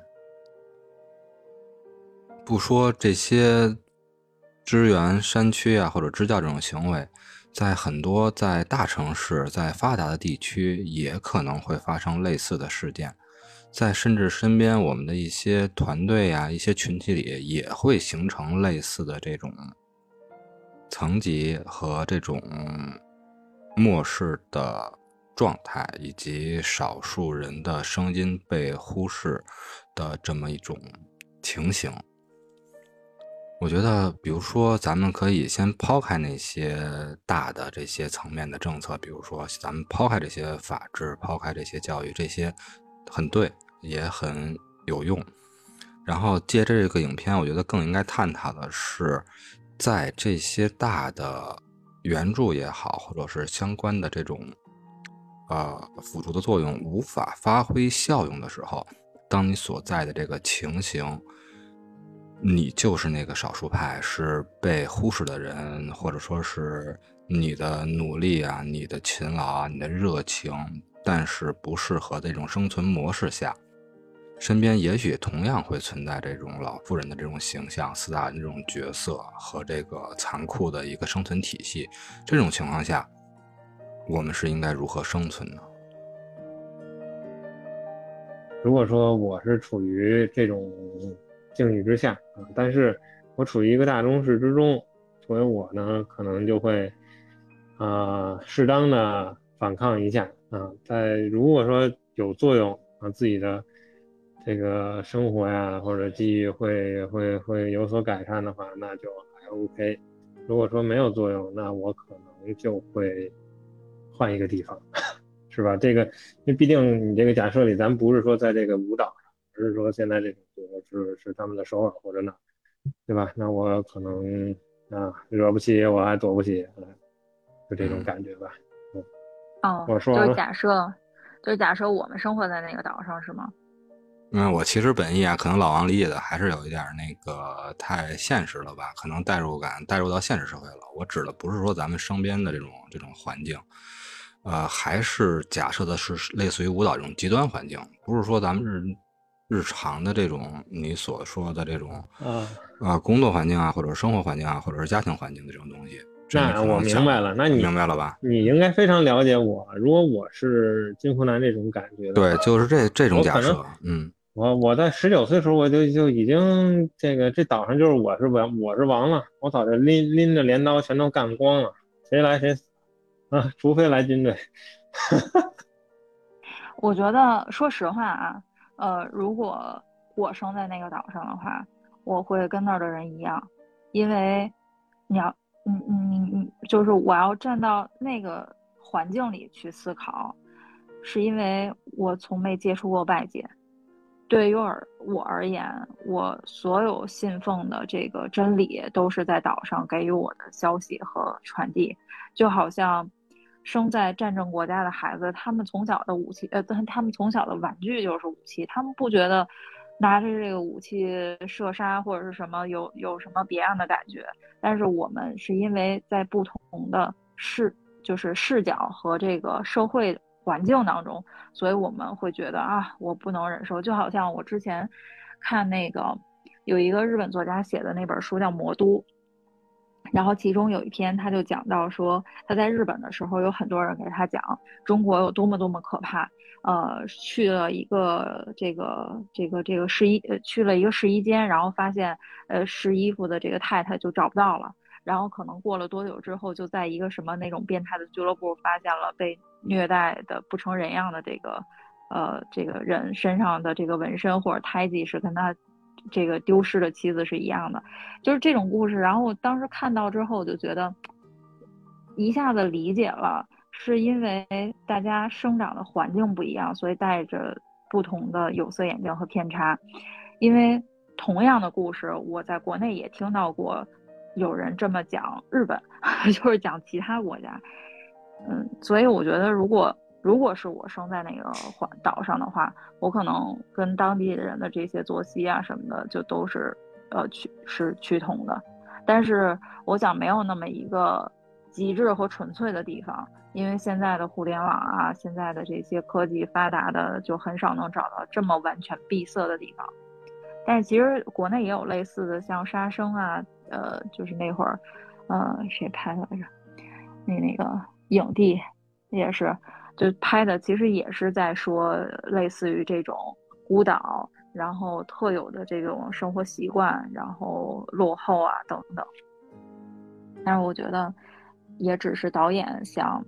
不说这些支援山区啊或者支教这种行为，在很多在大城市在发达的地区也可能会发生类似的事件，在甚至身边我们的一些团队啊一些群体里也会形成类似的这种层级和这种漠视的状态，以及少数人的声音被忽视的这么一种情形。我觉得比如说咱们可以先抛开那些大的这些层面的政策，比如说咱们抛开这些法制，抛开这些教育，这些很对也很有用。然后借这个影片，我觉得更应该探讨的是在这些大的援助也好，或者是相关的这种辅助的作用无法发挥效用的时候，当你所在的这个情形，你就是那个少数派，是被忽视的人，或者说是你的努力啊、你的勤劳啊、你的热情，但是不适合这种生存模式下，身边也许同样会存在这种老妇人的这种形象、四大人这种角色和这个残酷的一个生存体系。这种情况下，我们是应该如何生存呢？ 如果说我是处于这种境遇之下啊，但是我处于一个大中势之中，所以我呢可能就会适当的反抗一下啊，如果说有作用啊，自己的这个生活呀或者机遇会有所改善的话，那就还 OK。如果说没有作用，那我可能就会换一个地方。是吧？这个，因为毕竟你这个假设里，咱不是说在这个舞蹈上，而是说现在这种是他们的首尔或者哪，对吧？那我可能惹不起，我还躲不起，就这种感觉吧。我说完了。 就是假设我们生活在那个岛上，是吗？ 我其实本意啊，可能老王理解的还是有一点那个太现实了吧，可能代入感带入到现实社会了。我指的不是说咱们身边的这种环境，还是假设的是类似于舞蹈这种极端环境，不是说咱们日常的这种你所说的这种工作环境啊，或者是生活环境啊，或者是家庭环境的这种东西。 那我明白了，那你明白了吧？ 你应该非常了解我。如果我是金湖南这种感觉的话， 对，就是这种假设。 我在19岁的时候，我就已经这岛上就是我是王了，我早就拎着镰刀全都干光了，谁来谁死啊，除非来军队。 我觉得，说实话啊，如果我生在那个岛上的话，我会跟那儿的人一样，因为你要，就是我要站到那个环境里去思考，是因为我从没接触过外界。对于我而言，我所有信奉的这个真理都是在岛上给予我的消息和传递，就好像生在战争国家的孩子，他们从小的武器，他们从小的玩具就是武器，他们不觉得拿着这个武器射杀或者是什么有什么别样的感觉，但是我们是因为在不同的就是视角和这个社会环境当中，所以我们会觉得我不能忍受。就好像我之前看那个有一个日本作家写的那本书叫《魔都》，然后其中有一篇他就讲到说，他在日本的时候有很多人给他讲中国有多么多么可怕，去了一个去了一个试衣间，然后发现试衣服的这个太太就找不到了。然后可能过了多久之后，就在一个什么那种变态的俱乐部发现了被虐待的不成人样的这个人身上的这个纹身或者胎记是跟他这个丢失的妻子是一样的，就是这种故事。然后我当时看到之后，我就觉得一下子理解了，是因为大家生长的环境不一样，所以戴着不同的有色眼镜和偏差。因为同样的故事，我在国内也听到过有人这么讲日本，就是讲其他国家。所以我觉得如果是我生在那个岛上的话，我可能跟当地人的这些作息啊什么的就都是趋同的。但是我想没有那么一个极致和纯粹的地方，因为现在的互联网啊，现在的这些科技发达的，就很少能找到这么完全闭塞的地方。但是其实国内也有类似的，像杀生啊，就是那会儿，谁拍来着？那个影帝也是，就拍的其实也是在说类似于这种孤岛，然后特有的这种生活习惯，然后落后啊等等。但是我觉得也只是导演想，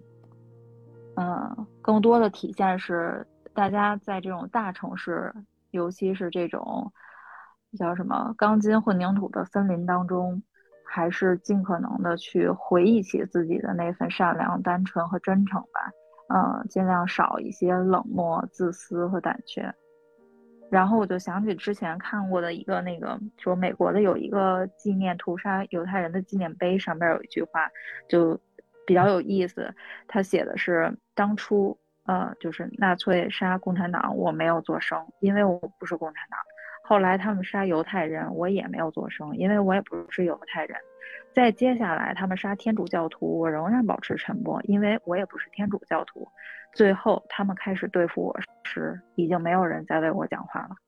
更多的体现是大家在这种大城市，尤其是这种叫什么钢筋混凝土的森林当中，还是尽可能的去回忆起自己的那份善良、单纯和真诚吧。尽量少一些冷漠、自私和胆怯。然后我就想起之前看过的一个那个，说美国的有一个纪念屠杀犹太人的纪念碑，上面有一句话，就比较有意思，他写的是当初就是纳粹杀共产党，我没有做声，因为我不是共产党。后来他们杀犹太人，我也没有做声，因为我也不是犹太人。再接下来他们杀天主教徒，我仍然保持沉默，因为我也不是天主教徒。最后他们开始对付我时，已经没有人再为我讲话了。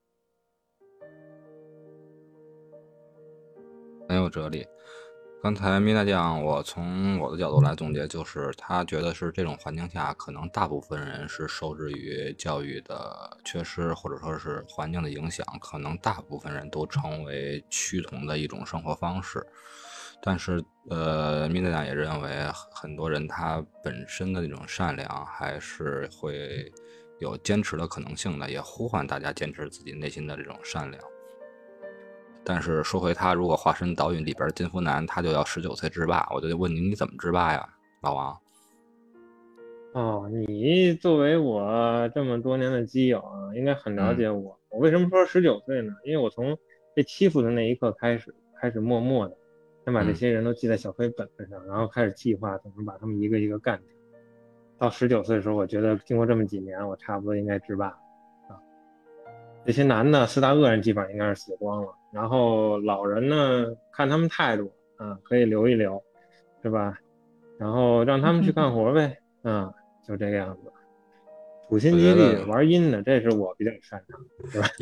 很有哲理。刚才米娜酱，我从我的角度来总结，就是他觉得是这种环境下，可能大部分人是受制于教育的缺失，或者说是环境的影响，可能大部分人都成为趋同的一种生活方式。但是，米娜酱也认为，很多人他本身的那种善良，还是会有坚持的可能性的，也呼唤大家坚持自己内心的这种善良。但是说回他，如果化身岛屿里边的金福南，他就要19岁制霸，我就问你怎么制霸呀，老王？ 哦，你作为我这么多年的基友啊，应该很了解我。我为什么说19岁呢？因为我从被欺负的那一刻开始默默的先把这些人都记在小黑本子上，然后开始计划怎么把他们一个一个干掉。到19岁的时候，我觉得经过这么几年，我差不多应该制霸啊。这些男的四大恶人基本上应该是死光了，然后老人呢，看他们态度啊，可以留一留，是吧？然后让他们去干活呗，啊，就这个样子。处心积虑玩阴的，这是我比较擅长，是吧？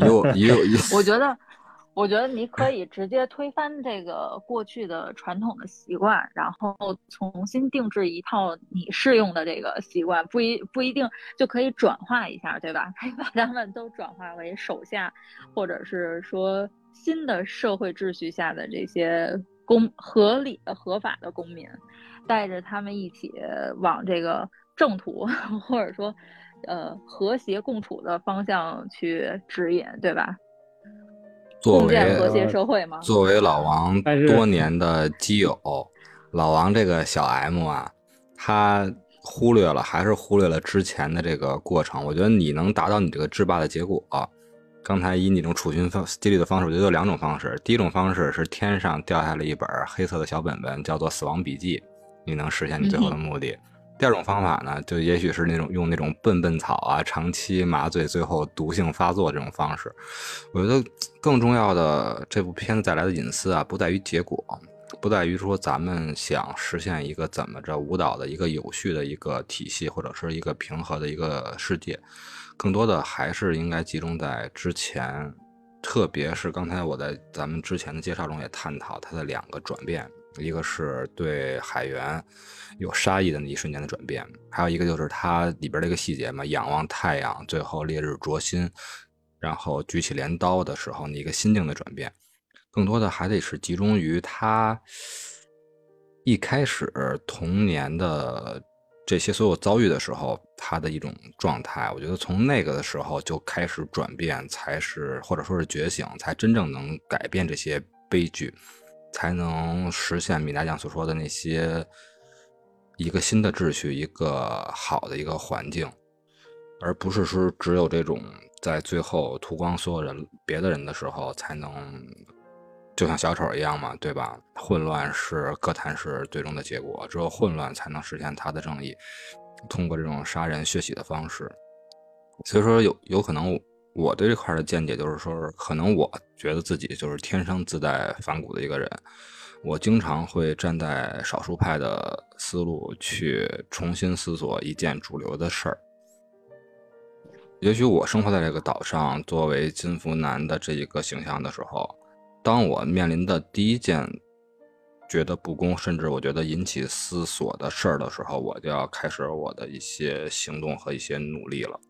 我觉得你可以直接推翻这个过去的传统的习惯，然后重新定制一套你适用的这个习惯，不一定就可以转化一下，对吧？可以把他们都转化为手下，或者是说新的社会秩序下的这些合理的合法的公民，带着他们一起往这个正途或者说和谐共处的方向去指引，对吧？共建和谐社会吗？ 作为老王多年的基友，老王这个小 M 啊，他还是忽略了之前的这个过程。我觉得你能达到你这个制霸的结果，刚才以你这种处心积虑的方式，我觉得有2种方式。第一种方式是天上掉下来一本黑色的小本本，叫做《死亡笔记》，你能实现你最后的目的。第2种方法呢，就也许是用那种笨草啊，长期麻醉，最后毒性发作这种方式。我觉得更重要的，这部片子带来的隐私啊，不在于结果，不在于说咱们想实现一个怎么着舞蹈的一个有序的一个体系，或者是一个平和的一个世界，更多的还是应该集中在之前，特别是刚才我在咱们之前的介绍中也探讨它的2个转变。一个是对海员有杀意的那一瞬间的转变，还有一个就是它里边的一个细节嘛，仰望太阳，最后烈日灼心，然后举起镰刀的时候那一个心境的转变。更多的还得是集中于他一开始童年的这些所有遭遇的时候，他的一种状态。我觉得从那个的时候就开始转变，才是或者说是觉醒，才真正能改变这些悲剧，才能实现米大酱所说的那些一个新的秩序，一个好的一个环境，而不是说只有这种在最后屠光所有人别的人的时候才能就像小丑一样嘛，对吧？混乱是哥谭市最终的结果，只有混乱才能实现他的正义，通过这种杀人血洗的方式。所以说有可能我对这块的见解就是说，可能我觉得自己就是天生自带反骨的一个人，我经常会站在少数派的思路去重新思索一件主流的事儿。也许我生活在这个岛上，作为金福南的这一个形象的时候，当我面临的第一件觉得不公，甚至我觉得引起思索的事儿的时候，我就要开始我的一些行动和一些努力了。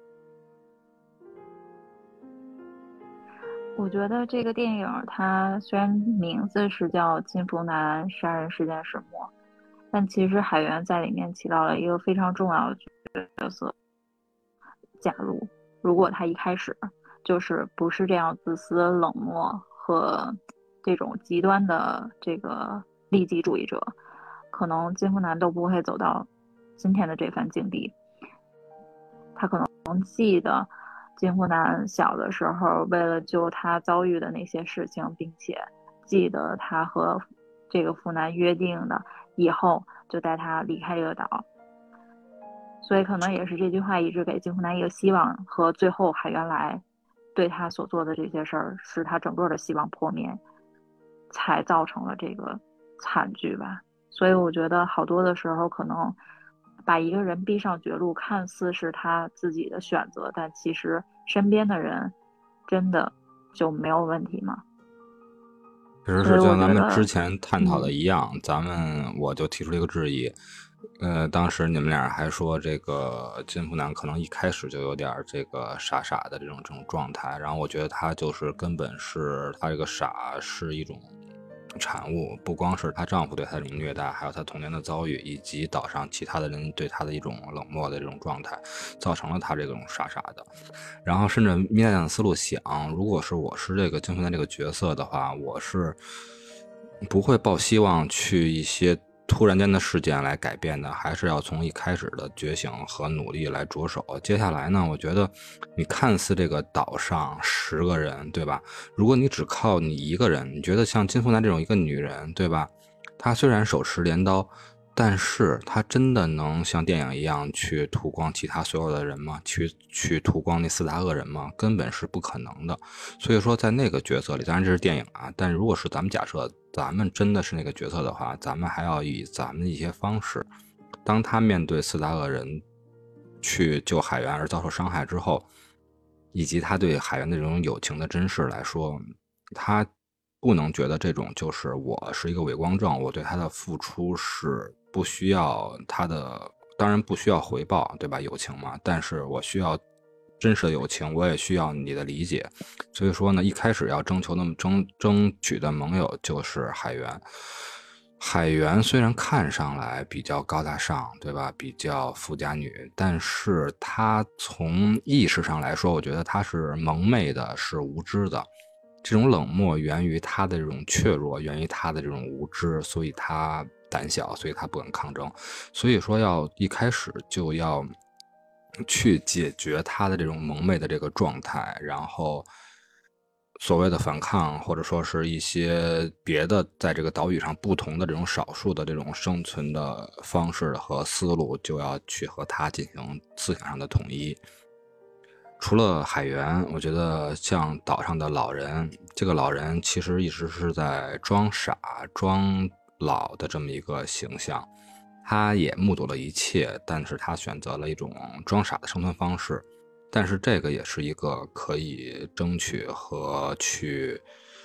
我觉得这个电影它虽然名字是叫金福南杀人事件始末，但其实海源在里面起到了一个非常重要的角色。假如果他一开始就是不是这样自私冷漠和这种极端的这个利己主义者，可能金福南都不会走到今天的这番境地。他可能记得金福南小的时候为了救他遭遇的那些事情，并且记得他和这个福南约定的以后就带他离开这个岛。所以可能也是这句话一直给金福南一个希望，和最后海原来对他所做的这些事儿，使他整个的希望破灭，才造成了这个惨剧吧。所以我觉得好多的时候，可能把一个人逼上绝路，看似是他自己的选择，但其实身边的人真的就没有问题吗？ 其实是就像咱们之前探讨的一样，我就提出了一个质疑。当时你们俩还说这个金福南可能一开始就有点这个傻傻的这种状态，然后我觉得他就是根本是他这个傻是一种产物，不光是她丈夫对她这种虐待，还有她童年的遭遇，以及岛上其他的人对她的一种冷漠的这种状态，造成了她这种傻傻的。然后甚至米娜酱的思路想，如果是我是这个金福南这个角色的话，我是不会抱希望去一些突然间的事件来改变的，还是要从一开始的觉醒和努力来着手。接下来呢，我觉得你看似这个岛上10个人，对吧？如果你只靠你一个人，你觉得像金福南这种一个女人，对吧？她虽然手持镰刀，但是她真的能像电影一样去屠光其他所有的人吗？去屠光那4大恶人吗？根本是不可能的。所以说在那个角色里，当然这是电影啊，但如果是咱们假设咱们真的是那个角色的话，咱们还要以咱们的一些方式，当他面对4大恶人去救海员而遭受伤害之后，以及他对海员的这种友情的珍视来说，他不能觉得这种就是我是一个伪光正，我对他的付出是不需要他的，当然不需要回报，对吧？友情嘛，但是我需要真实的友情，我也需要你的理解。所以说呢，一开始要争取的盟友就是海员。海员虽然看上来比较高大上，对吧？比较富家女，但是她从意识上来说，我觉得她是蒙昧的，是无知的。这种冷漠源于她的这种怯弱，源于她的这种无知，所以她胆小，所以她不敢抗争。所以说要一开始就要去解决她的这种蒙昧的这个状态，然后所谓的反抗，或者说是一些别的在这个岛屿上不同的这种少数的这种生存的方式和思路，就要去和他进行思想上的统一。除了海员，我觉得像岛上的老人，这个老人其实一直是在装傻装老的这么一个形象，他也目睹了一切，但是他选择了一种装傻的生存方式。但是这个也是一个可以争取和去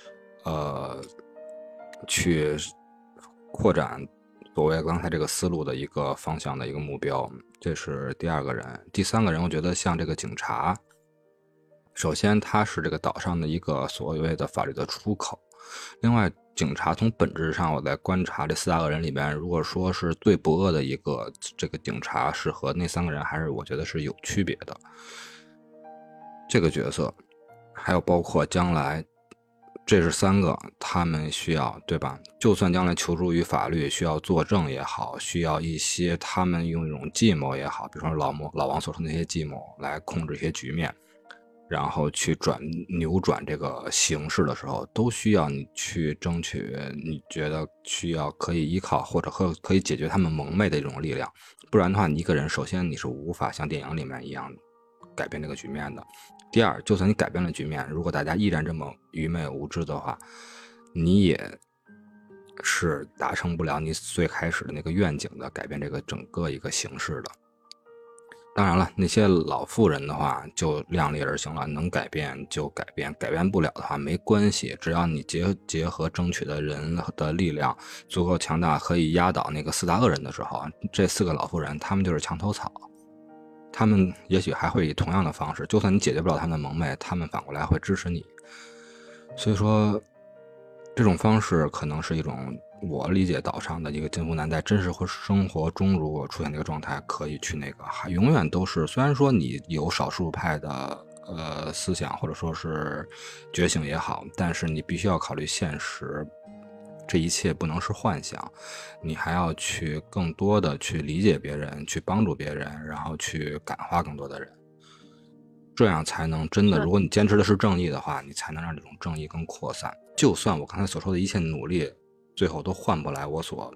扩展所谓刚才这个思路的一个方向的一个目标。这是第2个人。第3个人，我觉得像这个警察，首先他是这个岛上的一个所谓的法律的出口。另外，警察从本质上，我在观察这4大恶人里边，如果说是最不恶的一个，这个警察是和那3个人还是我觉得是有区别的。这个角色，还有包括将来，这是3个他们需要，对吧？就算将来求助于法律，需要作证也好，需要一些他们用一种计谋也好，比如说老王所说的那些计谋来控制一些局面，然后去扭转这个形势的时候，都需要你去争取你觉得需要可以依靠或者可以解决他们蒙昧的一种力量。不然的话，你一个人首先你是无法像电影里面一样改变这个局面的。第2，就算你改变了局面，如果大家依然这么愚昧无知的话，你也是达成不了你最开始的那个愿景的改变这个整个一个形势的。当然了，那些老妇人的话就量力而行了，能改变就改变，改变不了的话没关系，只要你结合争取的人的力量足够强大，可以压倒那个4大恶人的时候，这4个老妇人他们就是墙头草，他们也许还会以同样的方式，就算你解决不了他们的蒙昧，他们反过来会支持你。所以说这种方式可能是一种我理解岛上的一个金福南在真实生活中如果出现这个状态，可以去那个永远都是，虽然说你有少数派的思想或者说是觉醒也好，但是你必须要考虑现实，这一切不能是幻想，你还要去更多的去理解别人，去帮助别人，然后去感化更多的人，这样才能真的，如果你坚持的是正义的话，你才能让这种正义更扩散。就算我刚才所说的一切努力最后都换不来我所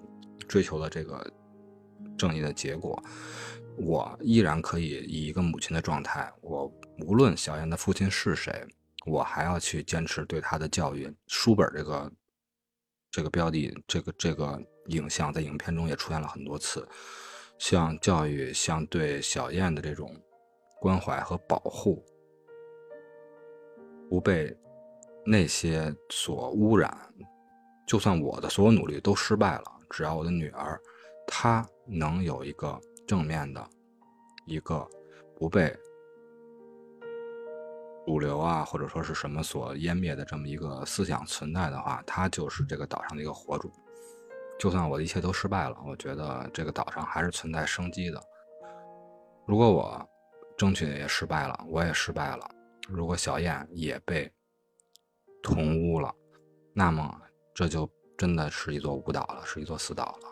追求了这个正义的结果，我依然可以以一个母亲的状态，我无论小燕的父亲是谁，我还要去坚持对他的教育。书本这个标的，这个影像在影片中也出现了很多次，像教育，像对小燕的这种关怀和保护，不被那些所污染。就算我的所有努力都失败了，只要我的女儿她能有一个正面的，一个不被主流啊或者说是什么所湮灭的这么一个思想存在的话，她就是这个岛上的一个活主。就算我的一切都失败了，我觉得这个岛上还是存在生机的。如果我争取也失败了，我也失败了，如果小燕也被同污了，那么这就真的是一座无岛了，是一座死岛了。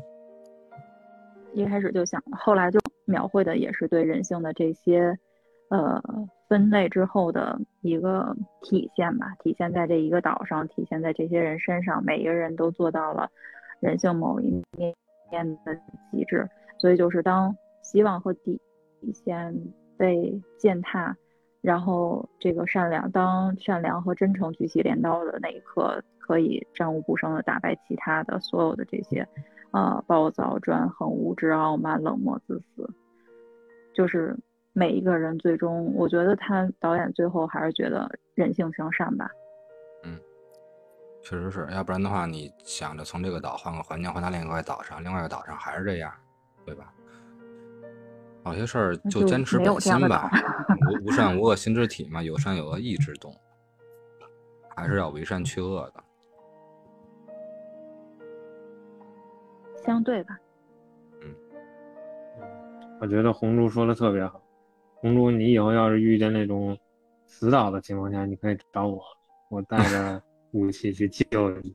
一开始就想，后来就描绘的也是对人性的这些分类之后的一个体现吧，体现在这一个岛上，体现在这些人身上，每一个人都做到了人性某一面的极致。所以就是当希望和底线被践踏，然后这个当善良和真诚举起镰刀的那一刻，可以战无不胜的打败其他的所有的这些暴躁、专横、无知、傲慢、冷漠、自私。就是每一个人最终，我觉得导演最后还是觉得人性向善吧。 确实是，要不然的话，你想着从这个岛换个环境，换到另一块岛上，另外一个岛上还是这样，对吧？有些事儿就坚持本心吧，无善无恶心之体嘛，有善有恶意之动，还是要为善去恶的。 相对吧。 我觉得红珠说的特别好。红珠，你以后要是遇见那种死岛的情况下，你可以找我，我带着武器去救你。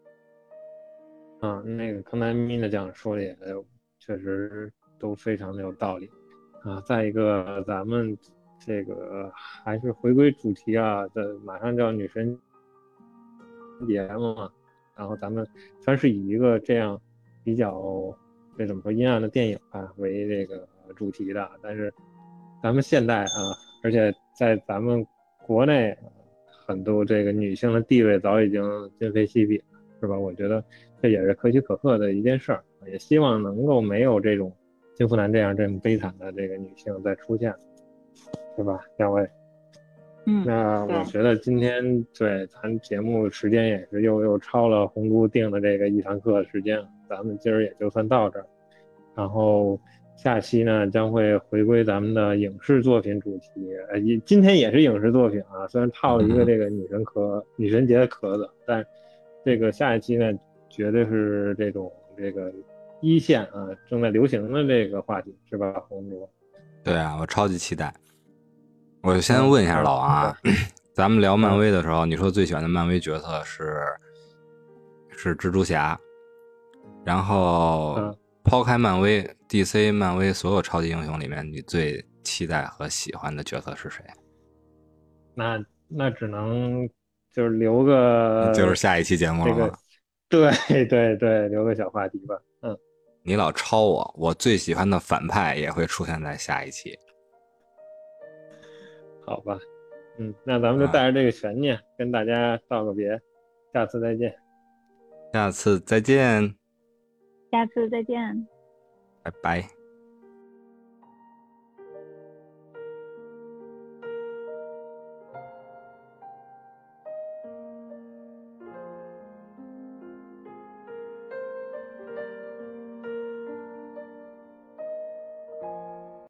那个刚才米娜酱说的也确实都非常的有道理啊。再一个，咱们这个还是回归主题啊，马上就要女神节嘛，然后咱们全是以一个这样比较这怎么说阴暗的电影啊为这个主题的，但是咱们现代啊，而且在咱们国内很多这个女性的地位早已经今非昔比了，是吧？我觉得这也是可喜可贺的一件事儿，也希望能够没有这种金福南这么悲惨的这个女性再出现，是吧？两位。那我觉得今天对咱节目时间也是又超了红珠定的这个一堂课的时间了，咱们今儿也就算到这儿。然后下期呢将会回归咱们的影视作品主题，今天也是影视作品啊，虽然套了一个这个女神节的壳子，但这个下一期呢绝对是这个一线啊正在流行的这个话题，是吧，红珠？ 对啊，我超级期待。我就先问一下老王啊，咱们聊漫威的时候，你说最喜欢的漫威角色是蜘蛛侠，然后抛开漫威 DC 漫威所有超级英雄里面，你最期待和喜欢的角色是谁？ 那只能就是留个就是下一期节目了吗？ 对，留个小话题吧。 你老抄我最喜欢的反派也会出现在下一期。 好吧，那咱们就带着这个悬念跟大家道个别，下次再见。 下次再见， 拜拜。